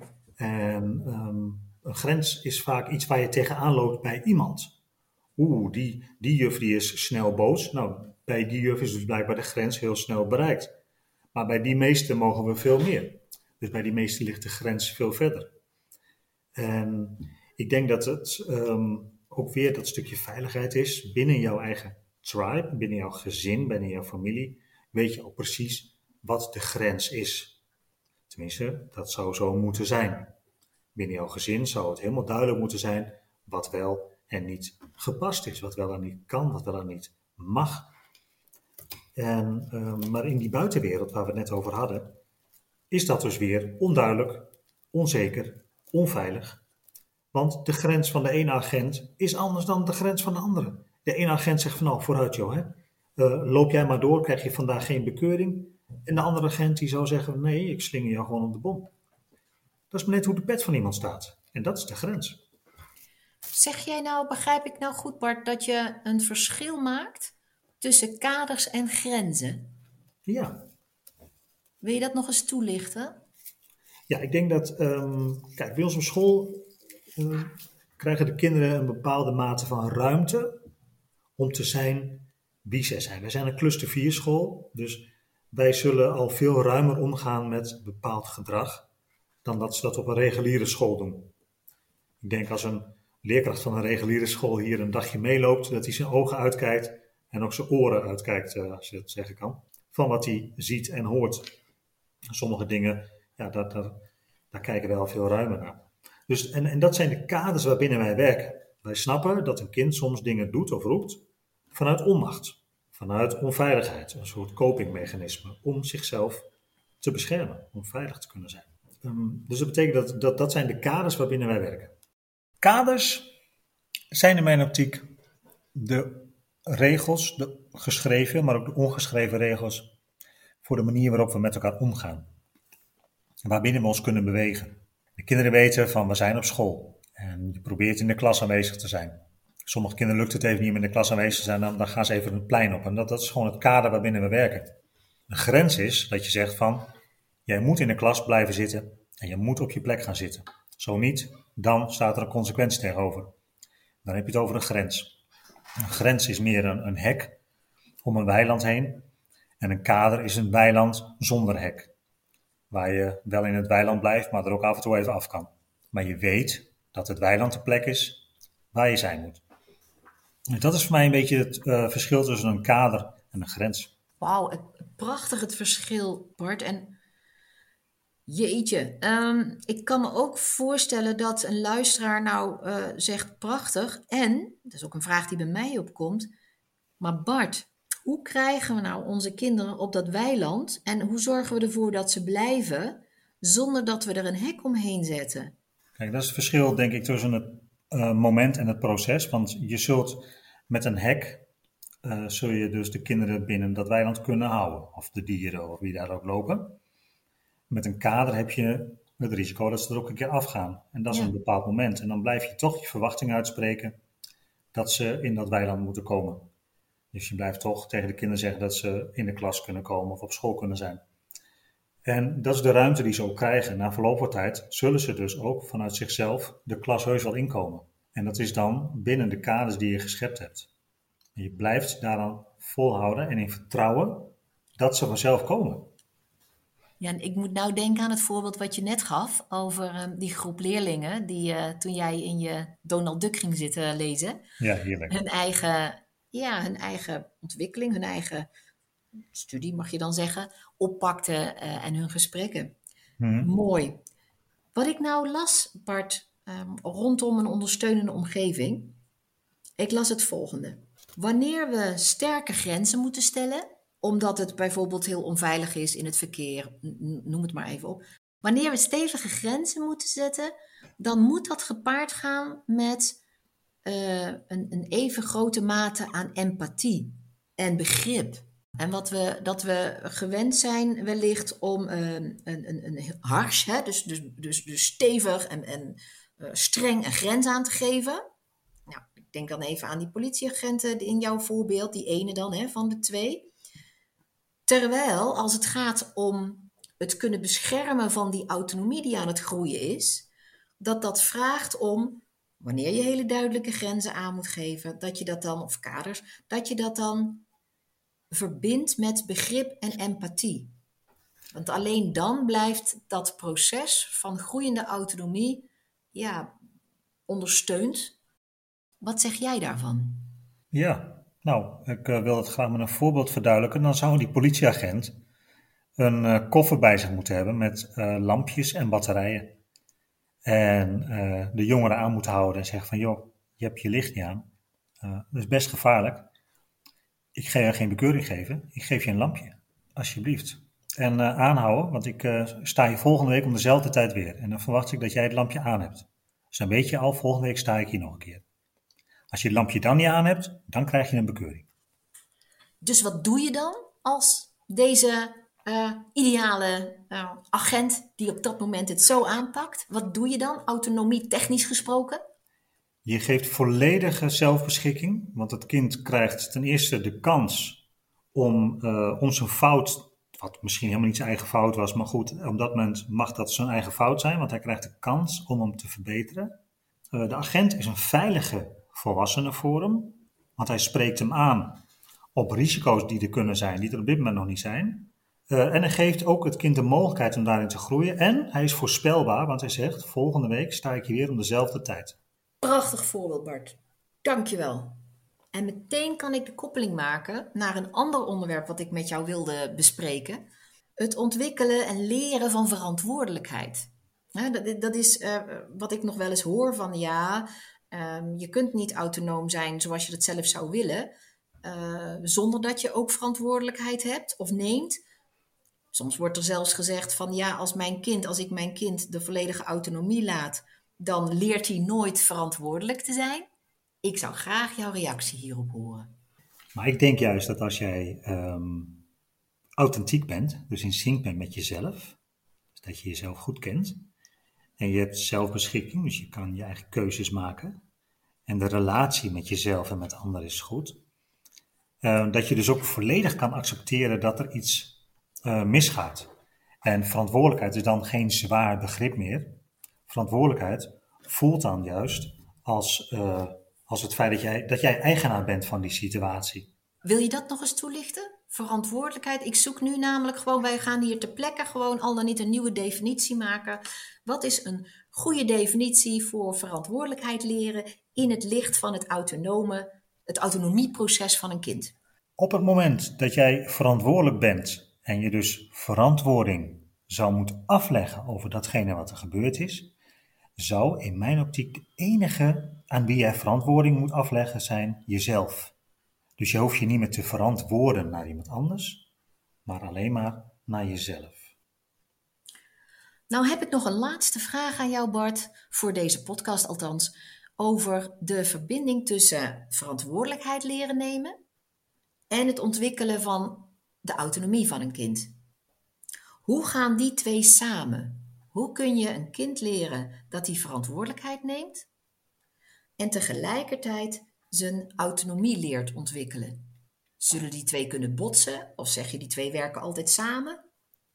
En um, een grens is vaak iets waar je tegenaan loopt bij iemand. Oeh, die, die juf die is snel boos. Nou, bij die juf is dus blijkbaar de grens heel snel bereikt. Maar bij die meesten mogen we veel meer. Dus bij die meesten ligt de grens veel verder. En ik denk dat het um, ook weer dat stukje veiligheid is. Binnen jouw eigen tribe, binnen jouw gezin, binnen jouw familie, weet je ook precies wat de grens is. Tenminste, dat zou zo moeten zijn. Binnen jouw gezin zou het helemaal duidelijk moeten zijn wat wel en niet gepast is. Wat wel en niet kan, wat wel en niet mag. En, uh, maar in die buitenwereld waar we het net over hadden, is dat dus weer onduidelijk, onzeker, onveilig. Want de grens van de ene agent is anders dan de grens van de andere. De ene agent zegt van nou vooruit joh, hè. Uh, loop jij maar door, krijg je vandaag geen bekeuring. En de andere agent die zou zeggen, nee, ik slinger jou gewoon op de bom. Dat is maar net hoe de pet van iemand staat. En dat is de grens. Zeg jij nou, begrijp ik nou goed Bart, dat je een verschil maakt tussen kaders en grenzen? Ja. Wil je dat nog eens toelichten? Ja, ik denk dat, um, kijk, bij ons op school um, krijgen de kinderen een bepaalde mate van ruimte om te zijn wie zij zijn. Wij zijn een cluster vier school, dus wij zullen al veel ruimer omgaan met bepaald gedrag dan dat ze dat op een reguliere school doen. Ik denk als een leerkracht van een reguliere school hier een dagje meeloopt, dat hij zijn ogen uitkijkt en ook zijn oren uitkijkt, als je het zeggen kan, van wat hij ziet en hoort. Sommige dingen, ja, daar, daar, daar kijken wij al veel ruimer naar. Dus, en, en dat zijn de kaders waarbinnen wij werken. Wij snappen dat een kind soms dingen doet of roept vanuit onmacht, vanuit onveiligheid, een soort copingmechanisme om zichzelf te beschermen, om veilig te kunnen zijn. Um, dus dat betekent dat, dat dat zijn de kaders waarbinnen wij werken. Kaders zijn in mijn optiek de regels, de geschreven, maar ook de ongeschreven regels voor de manier waarop we met elkaar omgaan. Waarbinnen we ons kunnen bewegen. De kinderen weten van we zijn op school en je probeert in de klas aanwezig te zijn. Sommige kinderen lukt het even niet om in de klas aanwezig te zijn, dan, dan gaan ze even het plein op. En dat, dat is gewoon het kader waarbinnen we werken. Een grens is dat je zegt van, jij moet in de klas blijven zitten en je moet op je plek gaan zitten. Zo niet, dan staat er een consequentie tegenover. Dan heb je het over een grens. Een grens is meer een, een hek om een weiland heen. En een kader is een weiland zonder hek. Waar je wel in het weiland blijft, maar er ook af en toe even af kan. Maar je weet dat het weiland de plek is waar je zijn moet. En dat is voor mij een beetje het uh, verschil tussen een kader en een grens. Wauw, prachtig het verschil, Bart. En jeetje, um, ik kan me ook voorstellen dat een luisteraar nou uh, zegt prachtig. En, dat is ook een vraag die bij mij opkomt. Maar Bart, hoe krijgen we nou onze kinderen op dat weiland? En hoe zorgen we ervoor dat ze blijven zonder dat we er een hek omheen zetten? Kijk, dat is het verschil denk ik tussen het uh, moment en het proces. Want je zult met een hek, uh, zul je dus de kinderen binnen dat weiland kunnen houden. Of de dieren of wie daar ook lopen. Met een kader heb je het risico dat ze er ook een keer afgaan. En dat is Ja. een bepaald moment. En dan blijf je toch je verwachting uitspreken dat ze in dat weiland moeten komen. Dus je blijft toch tegen de kinderen zeggen dat ze in de klas kunnen komen of op school kunnen zijn. En dat is de ruimte die ze ook krijgen. Na verloop van tijd zullen ze dus ook vanuit zichzelf de klas heus wel inkomen. En dat is dan binnen de kaders die je geschept hebt. En je blijft daaraan volhouden en in vertrouwen dat ze vanzelf komen. Ja, en ik moet nou denken aan het voorbeeld wat je net gaf over um, die groep leerlingen die uh, toen jij in je Donald Duck ging zitten lezen, Ja, heerlijk. hun eigen, ja, hun eigen ontwikkeling, hun eigen studie mag je dan zeggen, oppakten uh, en hun gesprekken. Hmm. Mooi. Wat ik nou las, Bart, um, rondom een ondersteunende omgeving, ik las het volgende. Wanneer we sterke grenzen moeten stellen, omdat het bijvoorbeeld heel onveilig is in het verkeer, noem het maar even op. Wanneer we stevige grenzen moeten zetten, dan moet dat gepaard gaan met uh, een, een even grote mate aan empathie en begrip. En wat we, dat we gewend zijn wellicht om uh, een, een, een hars, hè, dus, dus, dus, dus stevig en, en uh, streng een grens aan te geven. Nou, ik denk dan even aan die politieagenten in jouw voorbeeld, die ene dan hè, van de twee. Terwijl als het gaat om het kunnen beschermen van die autonomie die aan het groeien is, dat dat vraagt om, wanneer je hele duidelijke grenzen aan moet geven, dat je dat dan, of kaders, dat je dat dan verbindt met begrip en empathie. Want alleen dan blijft dat proces van groeiende autonomie ja, ondersteund. Wat zeg jij daarvan? Ja. Nou, ik uh, wil het graag met een voorbeeld verduidelijken. Dan zou die politieagent een uh, koffer bij zich moeten hebben met uh, lampjes en batterijen. En uh, de jongeren aan moeten houden en zeggen van, joh, je hebt je licht niet aan. Uh, dat is best gevaarlijk. Ik ga je geen bekeuring geven. Ik geef je een lampje, alsjeblieft. En uh, aanhouden, want ik uh, sta hier volgende week om dezelfde tijd weer. En dan verwacht ik dat jij het lampje aan hebt. Dus dan weet je al, volgende week sta ik hier nog een keer. Als je het lampje dan niet aan hebt, dan krijg je een bekeuring. Dus wat doe je dan als deze uh, ideale uh, agent die op dat moment het zo aanpakt? Wat doe je dan, autonomie technisch gesproken? Je geeft volledige zelfbeschikking, want het kind krijgt ten eerste de kans om, uh, om zijn fout, wat misschien helemaal niet zijn eigen fout was, maar goed, op dat moment mag dat zijn eigen fout zijn, want hij krijgt de kans om hem te verbeteren. Uh, de agent is een veilige volwassene voor hem, want hij spreekt hem aan op risico's die er kunnen zijn, die er op dit moment nog niet zijn. Uh, en hij geeft ook het kind de mogelijkheid om daarin te groeien. En hij is voorspelbaar, want hij zegt, volgende week sta ik hier weer om dezelfde tijd. Prachtig voorbeeld, Bart. Dankjewel. En meteen kan ik de koppeling maken naar een ander onderwerp wat ik met jou wilde bespreken. Het ontwikkelen en leren van verantwoordelijkheid. Ja, dat, dat is uh, wat ik nog wel eens hoor van ja, um, je kunt niet autonoom zijn zoals je dat zelf zou willen, uh, zonder dat je ook verantwoordelijkheid hebt of neemt. Soms wordt er zelfs gezegd van ja, als mijn kind, als ik mijn kind de volledige autonomie laat, dan leert hij nooit verantwoordelijk te zijn. Ik zou graag jouw reactie hierop horen. Maar ik denk juist dat als jij um, authentiek bent, dus in sync bent met jezelf, dus dat je jezelf goed kent, en je hebt zelfbeschikking, dus je kan je eigen keuzes maken, en de relatie met jezelf en met anderen is goed, uh, dat je dus ook volledig kan accepteren dat er iets uh, misgaat. En verantwoordelijkheid is dan geen zwaar begrip meer. Verantwoordelijkheid voelt dan juist als, uh, als het feit dat jij, dat jij eigenaar bent van die situatie. Wil je dat nog eens toelichten? Verantwoordelijkheid. Ik zoek nu namelijk gewoon, wij gaan hier ter plekke gewoon al dan niet een nieuwe definitie maken. Wat is een goede definitie voor verantwoordelijkheid leren in het licht van het autonome, het autonomieproces van een kind? Op het moment dat jij verantwoordelijk bent en je dus verantwoording zou moeten afleggen over datgene wat er gebeurd is, zou in mijn optiek de enige aan wie jij verantwoording moet afleggen zijn jezelf. Dus je hoeft je niet meer te verantwoorden naar iemand anders, maar alleen maar naar jezelf. Nou heb ik nog een laatste vraag aan jou, Bart, voor deze podcast althans, over de verbinding tussen verantwoordelijkheid leren nemen en het ontwikkelen van de autonomie van een kind. Hoe gaan die twee samen? Hoe kun je een kind leren dat hij verantwoordelijkheid neemt en tegelijkertijd zijn autonomie leert ontwikkelen? Zullen die twee kunnen botsen of zeg je die twee werken altijd samen?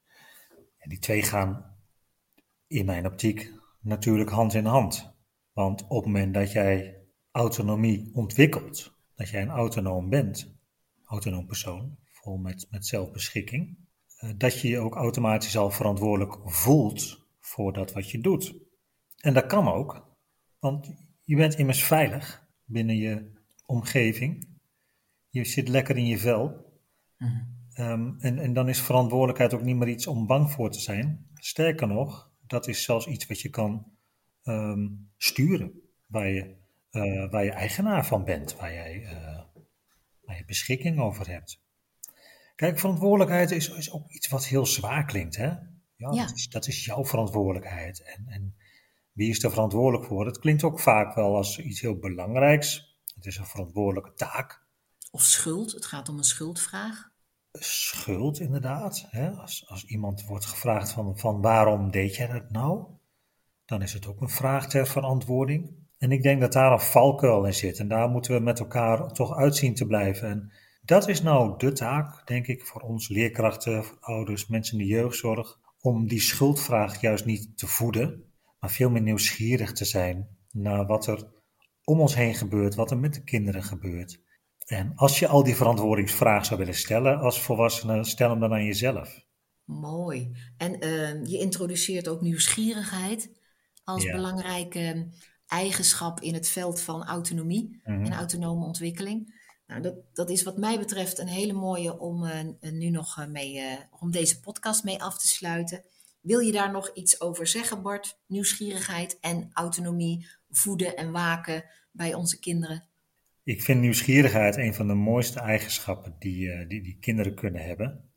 En die twee gaan in mijn optiek natuurlijk hand in hand. Want op het moment dat jij autonomie ontwikkelt, dat jij een autonoom bent, autonoom persoon, vol met, met zelfbeschikking, dat je je ook automatisch al verantwoordelijk voelt voor dat wat je doet. En dat kan ook, want je bent immers veilig binnen je omgeving. Je zit lekker in je vel. Mm-hmm. Um, en, en dan is verantwoordelijkheid ook niet meer iets om bang voor te zijn. Sterker nog, dat is zelfs iets wat je kan um, sturen, waar je, uh, waar je eigenaar van bent, waar jij uh, waar je beschikking over hebt. Kijk, verantwoordelijkheid is, is ook iets wat heel zwaar klinkt, hè? Ja, ja. Dat, is, dat is jouw verantwoordelijkheid. En, en wie is er verantwoordelijk voor? Het klinkt ook vaak wel als iets heel belangrijks. Het is een verantwoordelijke taak. Of schuld, het gaat om een schuldvraag. Schuld, inderdaad. Hè? Als, als iemand wordt gevraagd van, van waarom deed jij dat nou? Dan is het ook een vraag ter verantwoording. En ik denk dat daar een valkuil in zit. En daar moeten we met elkaar toch uitzien te blijven. En dat is nou de taak, denk ik, voor ons leerkrachten, voor ouders, mensen in de jeugdzorg, om die schuldvraag juist niet te voeden, maar veel meer nieuwsgierig te zijn naar wat er om ons heen gebeurt, wat er met de kinderen gebeurt. En als je al die verantwoordingsvraag zou willen stellen als volwassene, stel hem dan aan jezelf. Mooi. En uh, je introduceert ook nieuwsgierigheid als ja. belangrijke eigenschap in het veld van autonomie mm-hmm. en autonome ontwikkeling. Nou, dat, dat is wat mij betreft een hele mooie om uh, nu nog uh, mee, uh, om deze podcast mee af te sluiten. Wil je daar nog iets over zeggen, Bart? Nieuwsgierigheid en autonomie voeden en waken bij onze kinderen? Ik vind nieuwsgierigheid een van de mooiste eigenschappen die, uh, die, die kinderen kunnen hebben.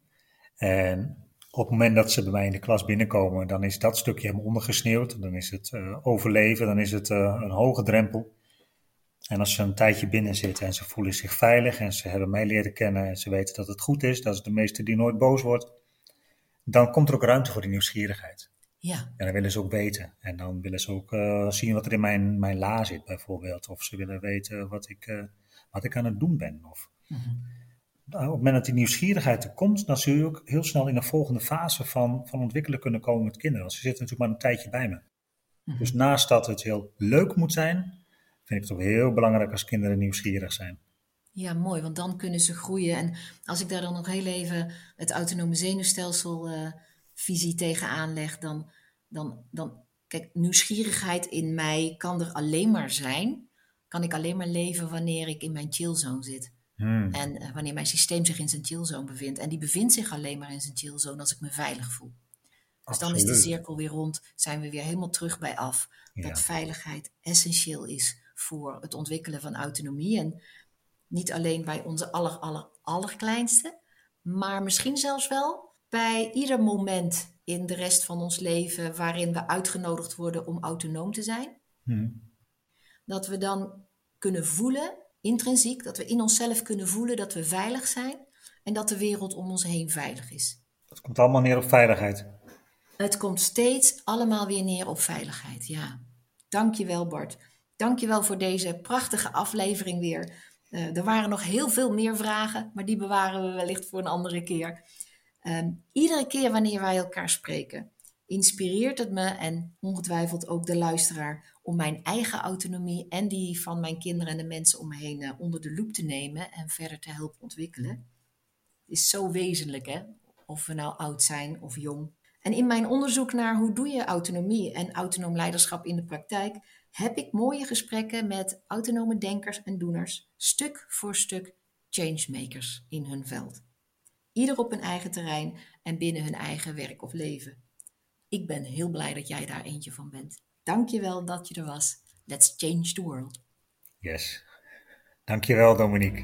En op het moment dat ze bij mij in de klas binnenkomen, dan is dat stukje helemaal ondergesneeuwd. Dan is het uh, overleven, dan is het uh, een hoge drempel. En als ze een tijdje binnen zitten en ze voelen zich veilig en ze hebben mij leren kennen en ze weten dat het goed is, dat is de meeste die nooit boos wordt, dan komt er ook ruimte voor die nieuwsgierigheid. Ja. En dan willen ze ook weten. En dan willen ze ook uh, zien wat er in mijn, mijn la zit bijvoorbeeld. Of ze willen weten wat ik, uh, wat ik aan het doen ben. Of, Mm-hmm. Op het moment dat die nieuwsgierigheid er komt, dan zul je ook heel snel in een volgende fase van, van ontwikkelen kunnen komen met kinderen. Want ze zitten natuurlijk maar een tijdje bij me. Mm-hmm. Dus naast dat het heel leuk moet zijn, vind ik het ook heel belangrijk als kinderen nieuwsgierig zijn. Ja, mooi, want dan kunnen ze groeien. En als ik daar dan nog heel even het autonome zenuwstelsel uh, visie tegenaan leg, dan, dan, dan, kijk, nieuwsgierigheid in mij kan er alleen maar zijn, kan ik alleen maar leven wanneer ik in mijn chillzone zit. Hmm. En uh, wanneer mijn systeem zich in zijn chillzone bevindt. En die bevindt zich alleen maar in zijn chillzone als ik me veilig voel. Dus Absoluut. Dan is de cirkel weer rond, zijn we weer helemaal terug bij af. Ja. Dat veiligheid essentieel is voor het ontwikkelen van autonomie. En niet alleen bij onze aller, aller, allerkleinste, maar misschien zelfs wel bij ieder moment in de rest van ons leven waarin we uitgenodigd worden om autonoom te zijn. Hmm. Dat we dan kunnen voelen, intrinsiek, dat we in onszelf kunnen voelen dat we veilig zijn en dat de wereld om ons heen veilig is. Het komt allemaal neer op veiligheid. Het komt steeds allemaal weer neer op veiligheid, ja. Dankjewel Bart. Dankjewel voor deze prachtige aflevering weer. Uh, er waren nog heel veel meer vragen, maar die bewaren we wellicht voor een andere keer. Um, iedere keer wanneer wij elkaar spreken, inspireert het me en ongetwijfeld ook de luisteraar om mijn eigen autonomie en die van mijn kinderen en de mensen om me heen uh, onder de loep te nemen en verder te helpen ontwikkelen. Het is zo wezenlijk, hè? Of we nou oud zijn of jong. En in mijn onderzoek naar hoe doe je autonomie en autonoom leiderschap in de praktijk, heb ik mooie gesprekken met autonome denkers en doeners, stuk voor stuk changemakers in hun veld. Ieder op hun eigen terrein en binnen hun eigen werk of leven. Ik ben heel blij dat jij daar eentje van bent. Dank je wel dat je er was. Let's change the world. Yes. Dank je wel, Dominique.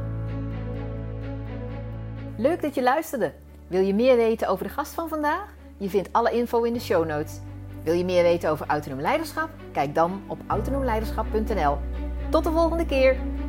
Leuk dat je luisterde. Wil je meer weten over de gast van vandaag? Je vindt alle info in de show notes. Wil je meer weten over autonoom leiderschap? Kijk dan op autonoom leiderschap punt n l. Tot de volgende keer!